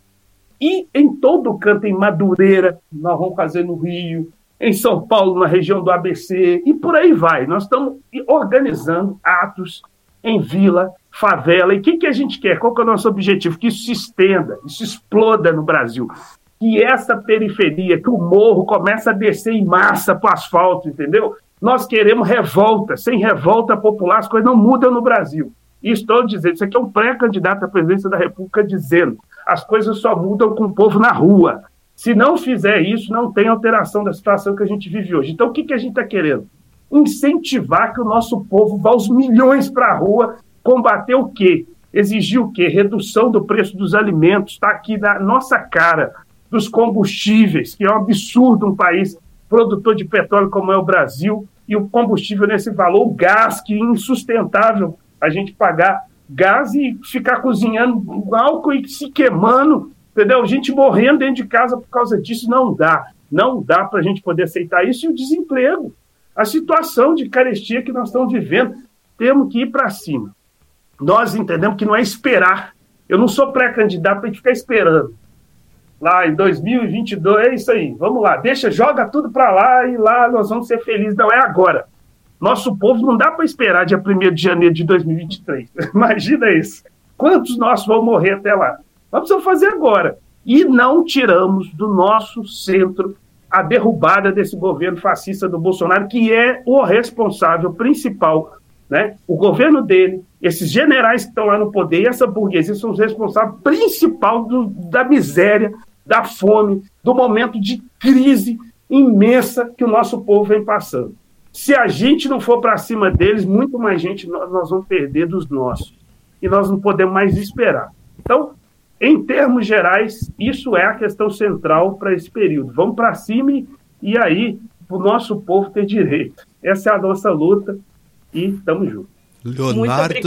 E em todo canto, em Madureira, nós vamos fazer no Rio, em São Paulo, na região do ABC, e por aí vai. Nós estamos organizando atos em vila, favela. E o que a gente quer? Qual que é o nosso objetivo? Que isso se estenda, isso exploda no Brasil. Que essa periferia, que o morro comece a descer em massa para o asfalto, entendeu? Nós queremos revolta. Sem revolta popular, as coisas não mudam no Brasil. E estou dizendo, isso aqui é um pré-candidato à presidência da República dizendo, as coisas só mudam com o povo na rua. Se não fizer isso, não tem alteração da situação que a gente vive hoje. Então, o que a gente está querendo? Incentivar que o nosso povo vá aos milhões para a rua, combater o quê? Exigir o quê? Redução do preço dos alimentos, está aqui na nossa cara, dos combustíveis, que é um absurdo um país produtor de petróleo como é o Brasil, e o combustível nesse valor, o gás, que é insustentável a gente pagar gás e ficar cozinhando álcool e se queimando, entendeu? Gente morrendo dentro de casa por causa disso, não dá para a gente poder aceitar isso. E o desemprego, a situação de carestia que nós estamos vivendo, temos que ir para cima. Nós entendemos que não é esperar. Eu não sou pré-candidato para a gente ficar esperando. Lá em 2022, é isso aí, vamos lá, joga tudo para lá e lá nós vamos ser felizes. Não, é agora. Nosso povo não dá para esperar dia 1º de janeiro de 2023. Imagina isso. Quantos nossos vão morrer até lá? Nós precisamos fazer agora. E não tiramos do nosso centro a derrubada desse governo fascista do Bolsonaro, que é o responsável principal, né? O governo dele, esses generais que estão lá no poder e essa burguesia são os responsáveis principais da miséria, da fome, do momento de crise imensa que o nosso povo vem passando. Se a gente não for para cima deles, muito mais gente nós vamos perder dos nossos. E nós não podemos mais esperar. Então, em termos gerais, isso é a questão central para esse período. Vamos para cima e aí o nosso povo ter direito. Essa é a nossa luta e estamos juntos. Leonardo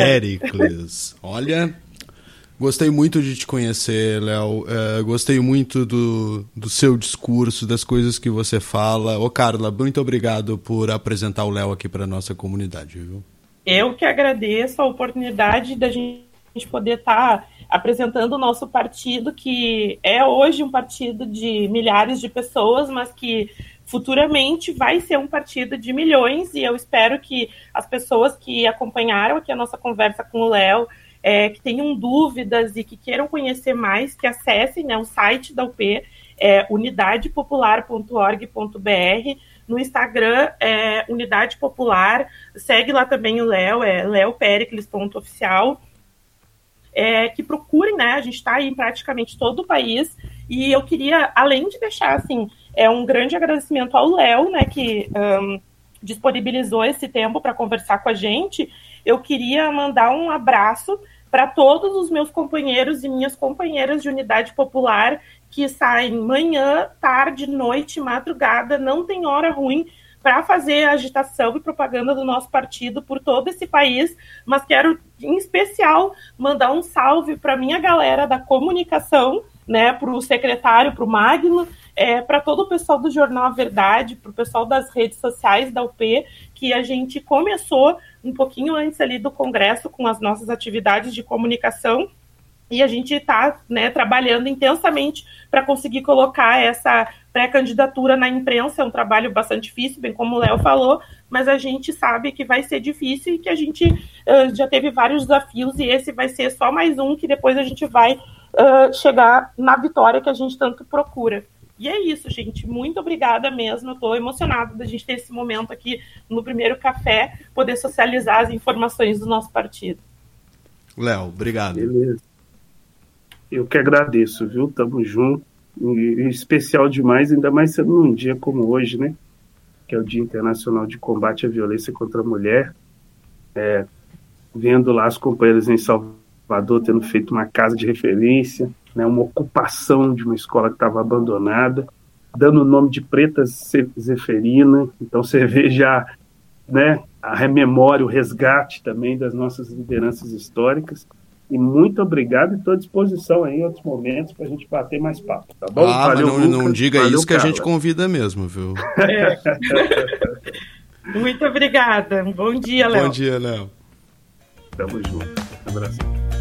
Péricles. Olha, gostei muito de te conhecer, Léo. Gostei muito do seu discurso, das coisas que você fala. Ô, Carla, muito obrigado por apresentar o Léo aqui para a nossa comunidade, viu? Eu que agradeço a oportunidade da gente poder estar apresentando o nosso partido, que é hoje um partido de milhares de pessoas, mas que futuramente vai ser um partido de milhões, e eu espero que as pessoas que acompanharam aqui a nossa conversa com o Léo, que tenham dúvidas e que queiram conhecer mais, que acessem, né, o site da UP, unidadepopular.org.br, no Instagram é Unidade Popular, segue lá também o Léo, leopericles.oficial, que procurem, né, a gente está aí em praticamente todo o país, e eu queria, além de deixar, assim, um grande agradecimento ao Léo, né, que disponibilizou esse tempo para conversar com a gente, eu queria mandar um abraço para todos os meus companheiros e minhas companheiras de Unidade Popular que saem manhã, tarde, noite, madrugada, não tem hora ruim para fazer agitação e propaganda do nosso partido por todo esse país, mas quero, em especial, mandar um salve para minha galera da comunicação, né, para o secretário, para o Magno, para todo o pessoal do Jornal A Verdade, para o pessoal das redes sociais da UP, que a gente começou um pouquinho antes ali do Congresso com as nossas atividades de comunicação, e a gente está, né, trabalhando intensamente para conseguir colocar essa pré-candidatura na imprensa. É um trabalho bastante difícil, bem como o Léo falou, mas a gente sabe que vai ser difícil e que a gente já teve vários desafios, e esse vai ser só mais um, que depois a gente vai chegar na vitória que a gente tanto procura. E é isso, gente. Muito obrigada mesmo. Eu estou emocionada da gente ter esse momento aqui no primeiro café, poder socializar as informações do nosso partido. Léo, obrigado. Beleza. Eu que agradeço, viu? Tamo junto. E especial demais, ainda mais sendo num dia como hoje, né? Que é o Dia Internacional de Combate à Violência contra a Mulher. Vendo lá as companheiras em Salvador tendo feito uma casa de referência, né? Uma ocupação de uma escola que estava abandonada, dando o nome de Preta Zeferina. Então você vê já, né, a rememória, o resgate também das nossas lideranças históricas. E muito obrigado, e estou à disposição aí em outros momentos para a gente bater mais papo, tá bom? Valeu, mas não diga valeu, isso que Carla. a gente convida mesmo, viu? Muito obrigada. Bom dia, Léo. Bom dia, Léo. Tamo junto. Abraço.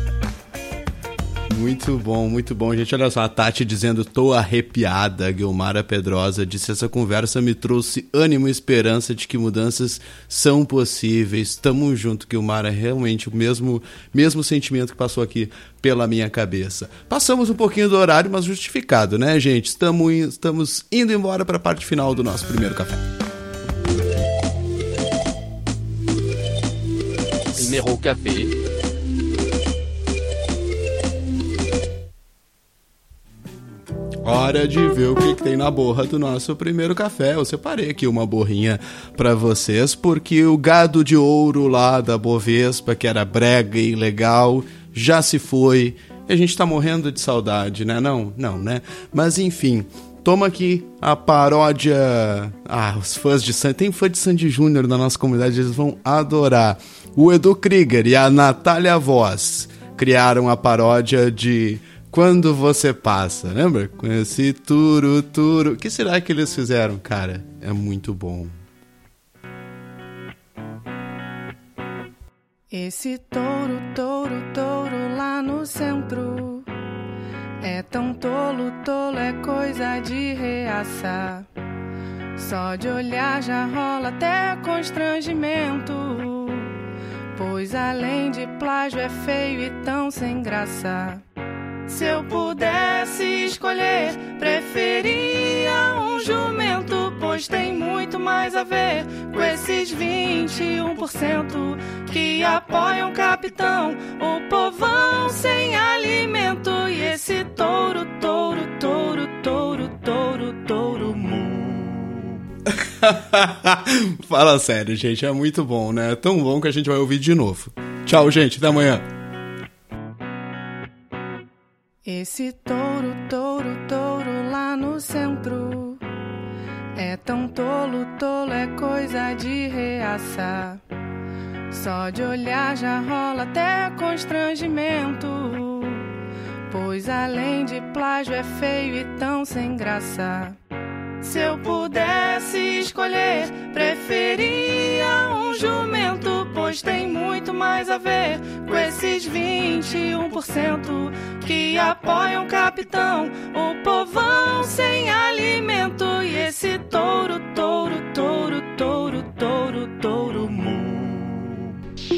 Muito bom, gente. Olha só, a Tati dizendo, tô arrepiada. A Guilmara Pedrosa disse, essa conversa me trouxe ânimo e esperança de que mudanças são possíveis. Tamo junto, Guilmara. Realmente o mesmo sentimento que passou aqui pela minha cabeça. Passamos um pouquinho do horário, mas justificado, né, gente? Estamos indo embora para a parte final do nosso primeiro café. Primeiro café. Hora de ver o que tem na borra do nosso primeiro café. Eu separei aqui uma borrinha pra vocês, porque o gado de ouro lá da Bovespa, que era brega e legal, já se foi. E a gente tá morrendo de saudade, né? Não, né? Mas enfim, toma aqui a paródia. Os fãs de Sandy. Tem fã de Sandy Júnior na nossa comunidade, eles vão adorar. O Edu Krieger e a Natália Voss criaram a paródia de Quando Você Passa, lembra? Com esse turu. O que será que eles fizeram, cara? É muito bom. Esse touro lá no centro é tão tolo, é coisa de reaça. Só de olhar já rola até constrangimento, pois além de plágio é feio e tão sem graça. Se eu pudesse escolher, preferia um jumento, pois tem muito mais a ver com esses 21% que apoiam o capitão, o povão sem alimento. E esse touro mu. Fala sério, gente, é muito bom, né? É tão bom que a gente vai ouvir de novo. Tchau, gente, até amanhã. Esse touro lá no centro é tão tolo, é coisa de reaça. Só de olhar já rola até constrangimento, pois além de plágio é feio e tão sem graça. Se eu pudesse escolher, preferia um jumento, pois tem muito mais a ver com esses 21% que apoiam o capitão, o povão sem alimento. E esse touro mu.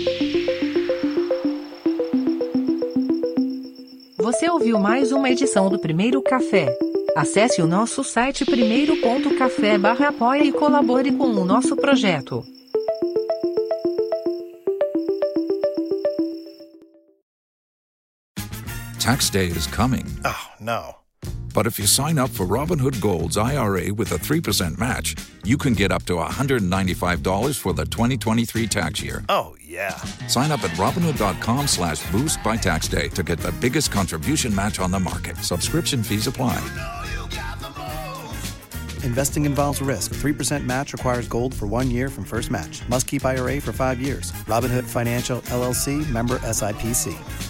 Você ouviu mais uma edição do Primeiro Café. Acesse o nosso site primeiro.café/apoia e colabore com o nosso projeto. Tax day is coming. Oh, no. But if you sign up for Robinhood Gold's IRA with a 3% match, you can get up to $195 for the 2023 tax year. Oh, yeah. Sign up at Robinhood.com/boost by tax day to get the biggest contribution match on the market. Subscription fees apply. Investing involves risk. 3% match requires gold for 1 year from first match. Must keep IRA for 5 years. Robinhood Financial, LLC, member SIPC.